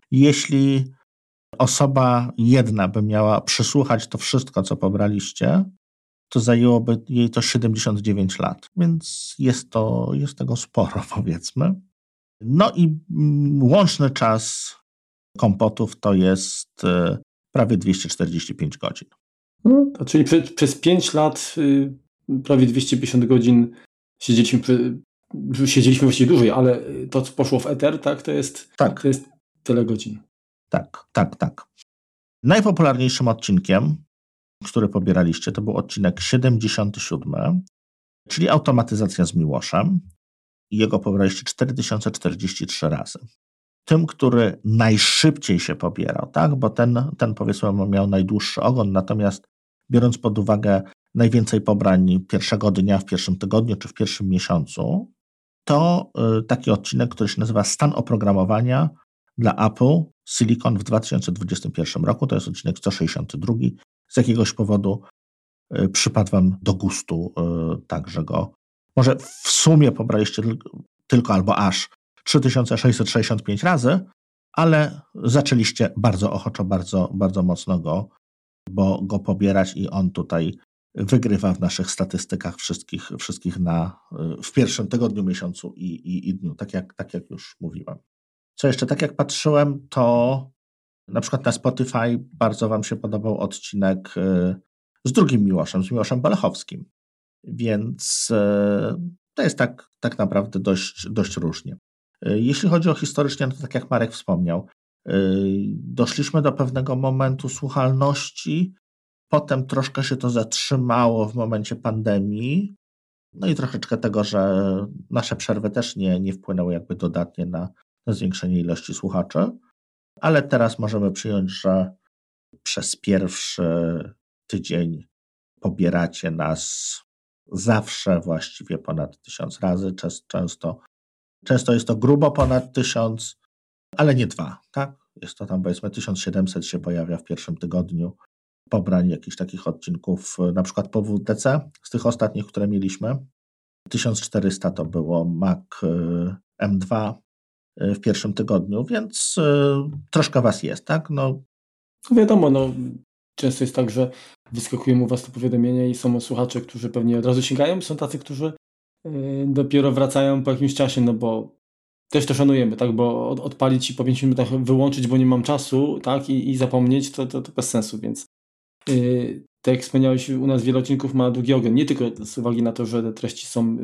to zajęłoby jej to siedemdziesiąt dziewięć lat, więc jest to, jest tego sporo, powiedzmy. No i łączny czas kompotów to jest prawie dwieście czterdzieści pięć godzin. No, to czyli prze, przez pięć lat y, prawie dwieście pięćdziesiąt godzin siedzieliśmy, siedzieliśmy właściwie dłużej, ale to, co poszło w eter, tak, to jest, tak. to jest tyle godzin. Tak, tak, tak. Najpopularniejszym odcinkiem, który pobieraliście, to był odcinek siedemdziesiąty siódmy, czyli automatyzacja z Miłoszem. I jego pobraliście cztery tysiące czterdzieści trzy razy. Tym, który najszybciej się pobierał, tak? Bo ten, ten powiedzmy miał najdłuższy ogon, natomiast biorąc pod uwagę najwięcej pobrań pierwszego dnia w pierwszym tygodniu czy w pierwszym miesiącu, to y, taki odcinek, który się nazywa Stan oprogramowania dla Apple Silicon w dwa tysiące dwudziestym pierwszym roku. To jest odcinek sto sześćdziesiąty drugi. Z jakiegoś powodu y, przypadł wam do gustu, y, tak, że go może w sumie pobraliście tylko albo aż trzy tysiące sześćset sześćdziesiąt pięć razy, ale zaczęliście bardzo ochoczo, bardzo, bardzo mocno go, bo go pobierać i on tutaj wygrywa w naszych statystykach wszystkich, wszystkich na, w pierwszym tygodniu, miesiącu i, i, i dniu, tak jak, tak jak już mówiłem. Co jeszcze, tak jak patrzyłem, to na przykład na Spotify bardzo wam się podobał odcinek z drugim Miłoszem, z Miłoszem Bolechowskim. Więc to jest tak, tak naprawdę dość, dość różnie. Jeśli chodzi o historycznie, to tak jak Marek wspomniał, doszliśmy do pewnego momentu słuchalności, potem troszkę się to zatrzymało w momencie pandemii, no i troszeczkę tego, że nasze przerwy też nie, nie wpłynęły jakby dodatnie na, na zwiększenie ilości słuchaczy, ale teraz możemy przyjąć, że przez pierwszy tydzień pobieracie nas zawsze właściwie ponad tysiąc razy, często, często jest to grubo ponad tysiąc, ale nie dwa, tak? Jest to tam powiedzmy tysiąc siedemset się pojawia w pierwszym tygodniu pobrań jakichś takich odcinków, na przykład po W T C, z tych ostatnich, które mieliśmy. tysiąc czterysta to było Mac M dwa w pierwszym tygodniu, więc troszkę was jest, tak? No, no wiadomo, no często jest tak, że wyskakują u was te powiadomienia i są słuchacze, którzy pewnie od razu sięgają, są tacy, którzy yy, dopiero wracają po jakimś czasie, no bo też to szanujemy, tak, bo od, odpalić i po pięciu minutach wyłączyć, bo nie mam czasu, tak, i, i zapomnieć, to, to, to bez sensu, więc yy, tak jak wspomniałeś, u nas wiele odcinków ma długi ogień, nie tylko z uwagi na to, że te treści są,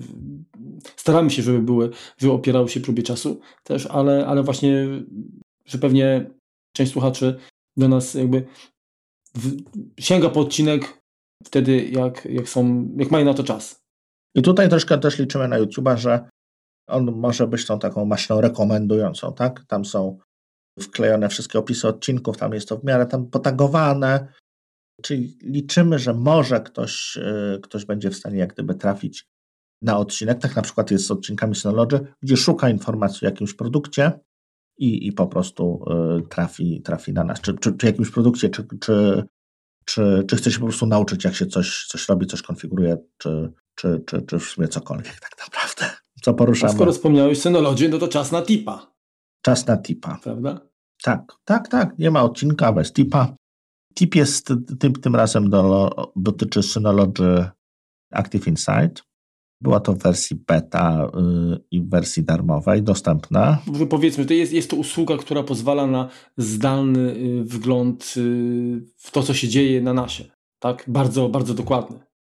yy, staramy się, żeby były, żeby opierały się próbie czasu też, ale, ale właśnie, że pewnie część słuchaczy do nas jakby w, sięga po odcinek wtedy, jak, jak są, jak mają na to czas. I tutaj troszkę też liczymy na YouTube'a, że on może być tą taką maszyną rekomendującą, tak? Tam są wklejone wszystkie opisy odcinków, tam jest to w miarę tam potagowane, czyli liczymy, że może ktoś, ktoś będzie w stanie jak gdyby trafić na odcinek. Tak na przykład jest z odcinkami Synology, gdzie szuka informacji o jakimś produkcie i, i po prostu trafi, trafi na nas. Czy, czy, czy jakimś produkcie, czy, czy, czy, czy chce się po prostu nauczyć, jak się coś, coś robi, coś konfiguruje, czy, czy, czy, czy w sumie cokolwiek tak naprawdę. Co poruszamy. A skoro wspomniałeś Synology, no to czas na tipa. Czas na tipa. Prawda? Tak, tak, tak. Nie ma odcinka bez tipa. Tip jest tym, tym razem do, dotyczy Synology Active Insight. Była to w wersji beta yy, i w wersji darmowej dostępna. Powiedzmy, to jest, jest to usługa, która pozwala na zdalny y, wgląd y, w to, co się dzieje na nasie. Tak? Bardzo, bardzo dokładny.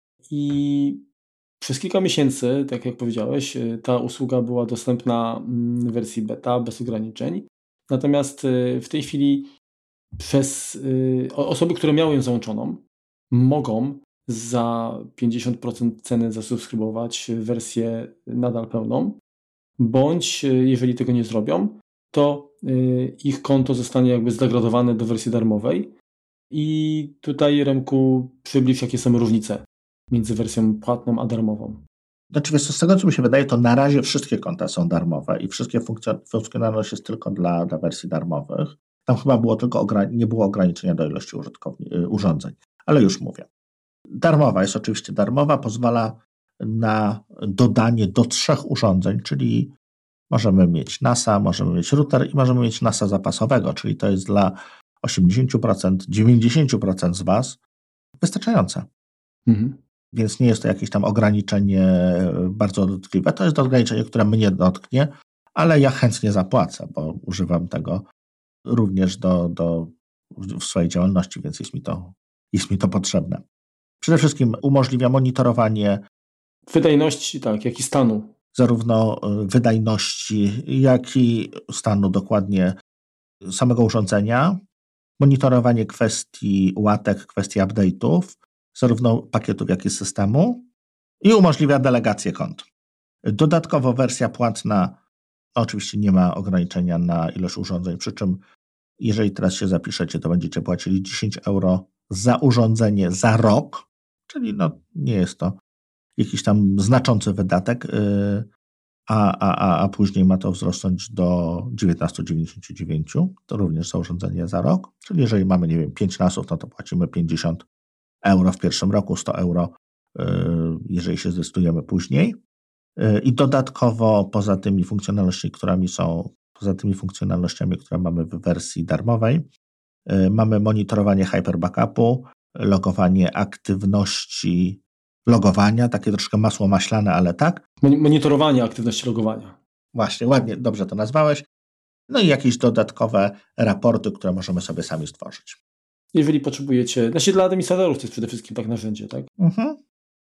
I przez kilka miesięcy, tak jak powiedziałeś, y, ta usługa była dostępna w wersji beta bez ograniczeń. Natomiast y, w tej chwili przez y, osoby, które miały ją załączoną, mogą za pięćdziesiąt procent ceny zasubskrybować wersję nadal pełną, bądź jeżeli tego nie zrobią, to ich konto zostanie jakby zdegradowane do wersji darmowej i tutaj, Remku, przybliż, jakie są różnice między wersją płatną a darmową. Znaczy, wiesz, z tego, co mi się wydaje, to na razie wszystkie konta są darmowe i wszystkie funkcjonalność jest tylko dla, dla wersji darmowych. Tam chyba było tylko nie było ograniczenia do ilości użytkowni- urządzeń, ale już mówię. Darmowa jest oczywiście darmowa, pozwala na dodanie do trzech urządzeń, czyli możemy mieć nasa, możemy mieć router i możemy mieć nasa zapasowego, czyli to jest dla osiemdziesiąt procent, dziewięćdziesiąt procent z Was wystarczające. Mhm. Więc nie jest to jakieś tam ograniczenie bardzo dotkliwe. To jest ograniczenie, które mnie dotknie, ale ja chętnie zapłacę, bo używam tego również do, do, w swojej działalności, więc jest mi to, jest mi to potrzebne. Przede wszystkim umożliwia monitorowanie wydajności, tak, jak i stanu. Zarówno wydajności, jak i stanu dokładnie samego urządzenia, monitorowanie kwestii łatek, kwestii update'ów, zarówno pakietów, jak i systemu i umożliwia delegację kont. Dodatkowo wersja płatna oczywiście nie ma ograniczenia na ilość urządzeń, przy czym jeżeli teraz się zapiszecie, to będziecie płacili dziesięć euro za urządzenie za rok, czyli no nie jest to jakiś tam znaczący wydatek, a, a, a później ma to wzrosnąć do dziewiętnaście dziewięćdziesiąt dziewięć, to również za urządzenie za rok, czyli jeżeli mamy, nie wiem, pięć nasów, no to płacimy pięćdziesiąt euro w pierwszym roku, sto euro, jeżeli się zdecydujemy później. I dodatkowo poza tymi funkcjonalnościami, którymi są, poza tymi funkcjonalnościami, które mamy w wersji darmowej, mamy monitorowanie hyper backupu, logowanie aktywności logowania, takie troszkę masło maślane, ale tak. Monitorowanie aktywności logowania. Właśnie, ładnie, dobrze to nazwałeś. No i jakieś dodatkowe raporty, które możemy sobie sami stworzyć. Jeżeli potrzebujecie, znaczy dla administratorów to jest przede wszystkim tak narzędzie, tak? Mhm.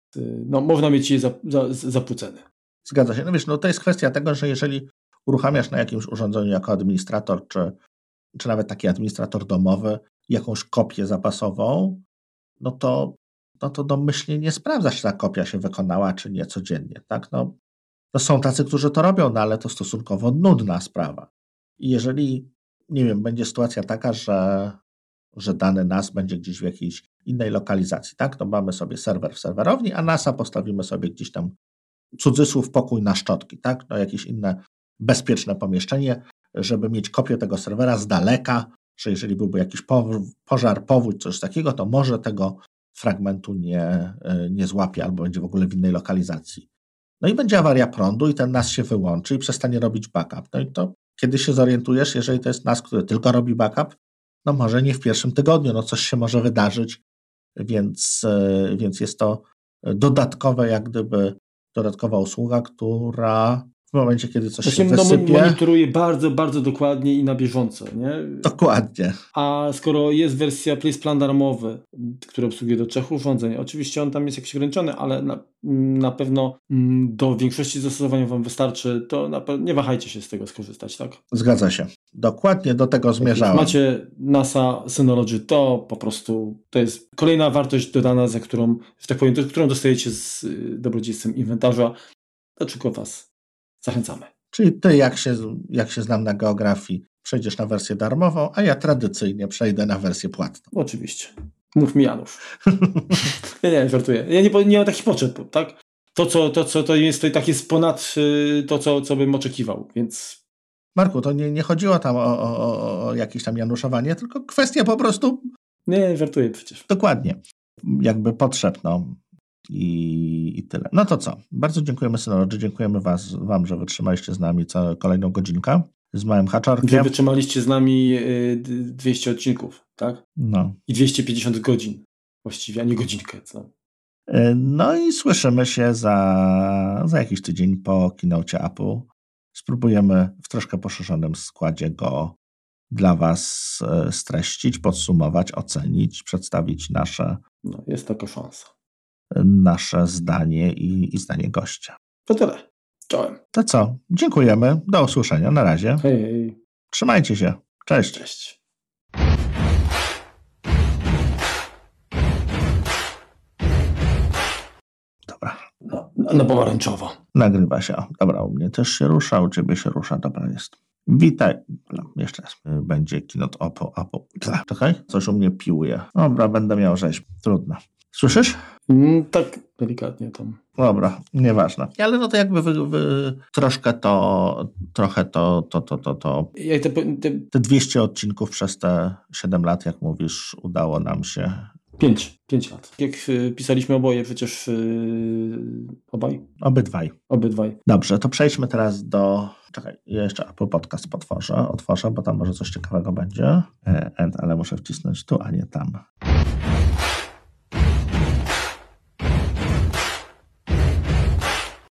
No, można mieć je za, za, za pół ceny. Zgadza się. No wiesz, no to jest kwestia tego, że jeżeli uruchamiasz na jakimś urządzeniu jako administrator, czy, czy nawet taki administrator domowy, jakąś kopię zapasową, no to, no to domyślnie nie sprawdza, czy ta kopia się wykonała, czy nie codziennie, tak? No, no są tacy, którzy to robią, no ale to stosunkowo nudna sprawa. I jeżeli, nie wiem, będzie sytuacja taka, że, że dany N A S będzie gdzieś w jakiejś innej lokalizacji, tak? To mamy sobie serwer w serwerowni, a N A S a postawimy sobie gdzieś tam cudzysłów pokój na szczotki, tak? No jakieś inne bezpieczne pomieszczenie, żeby mieć kopię tego serwera z daleka, że jeżeli byłby jakiś pożar, powódź, coś takiego, to może tego fragmentu nie, nie złapie albo będzie w ogóle w innej lokalizacji. No i będzie awaria prądu i ten N A S się wyłączy i przestanie robić backup. No i to kiedy się zorientujesz, jeżeli to jest N A S, który tylko robi backup, no może nie w pierwszym tygodniu, no coś się może wydarzyć, więc, więc jest to dodatkowe, jak gdyby dodatkowa usługa, która w momencie, kiedy coś Właśnie się wysypie... No, monitoruje bardzo, bardzo dokładnie i na bieżąco, nie? Dokładnie. A skoro jest wersja Place Plan darmowy, który obsługuje do trzech urządzeń, oczywiście on tam jest jakiś ograniczony, ale na, na pewno do większości zastosowań wam wystarczy, to na pewno nie wahajcie się z tego skorzystać, tak? Zgadza się. Dokładnie do tego zmierzałem. Jak macie N A S a Synology, to po prostu to jest kolejna wartość dodana, za którą, że tak powiem, którą dostajecie z dobrodziejstwem inwentarza, do czego was zachęcamy. Czyli ty, jak się, jak się znam na geografii, przejdziesz na wersję darmową, a ja tradycyjnie przejdę na wersję płatną. Oczywiście. Mów mi Janusz. Ja nie, żartuję. Ja nie, nie mam takich potrzeb, tak? To, co, to, co to jest, to tak jest ponad to, co, co bym oczekiwał, więc... Marku, to nie, nie chodziło tam o, o, o jakieś tam januszowanie, tylko kwestia po prostu... Nie, żartuję przecież. Dokładnie. Jakby potrzeb, no. I, I tyle. No to co? Bardzo dziękujemy Synology, dziękujemy was, wam, że wytrzymaliście z nami co, kolejną godzinkę z małym haczorkiem. Że wytrzymaliście z nami y, dwieście odcinków, tak? No. I dwieście pięćdziesiąt godzin właściwie, a nie godzinkę. Co? No i słyszymy się za, za jakiś tydzień po keynocie Apple. Spróbujemy w troszkę poszerzonym składzie go dla was streścić, podsumować, ocenić, przedstawić nasze... No, jest taka szansa. nasze zdanie i, i zdanie gościa. To tyle. Czołem. To co? Dziękujemy. Do usłyszenia. Na razie. Hej, hej. Trzymajcie się. Cześć. Cześć. Dobra. No, no pomarańczowo. Nagrywa się. Dobra, u mnie też się rusza, u ciebie się rusza. Dobra, jest. Witaj. No, jeszcze raz. Będzie keynote Apple. Apple. Czekaj. Coś u mnie piłuje. Dobra, będę miał rzeź. Trudno. Słyszysz? Mm, tak delikatnie tam. Dobra, nieważne. Ale no to jakby wy, wy, troszkę to, trochę to, to, to, to, to. Ja te, te... te dwieście odcinków przez te siedem lat, jak mówisz, udało nam się. Pięć, pięć lat. Jak y, pisaliśmy oboje przecież y, obaj? Obydwaj. Obydwaj. Dobrze, to przejdźmy teraz do... Czekaj, ja jeszcze Apple Podcast potworzę, otworzę, bo tam może coś ciekawego będzie. End, ale muszę wcisnąć tu, a nie tam.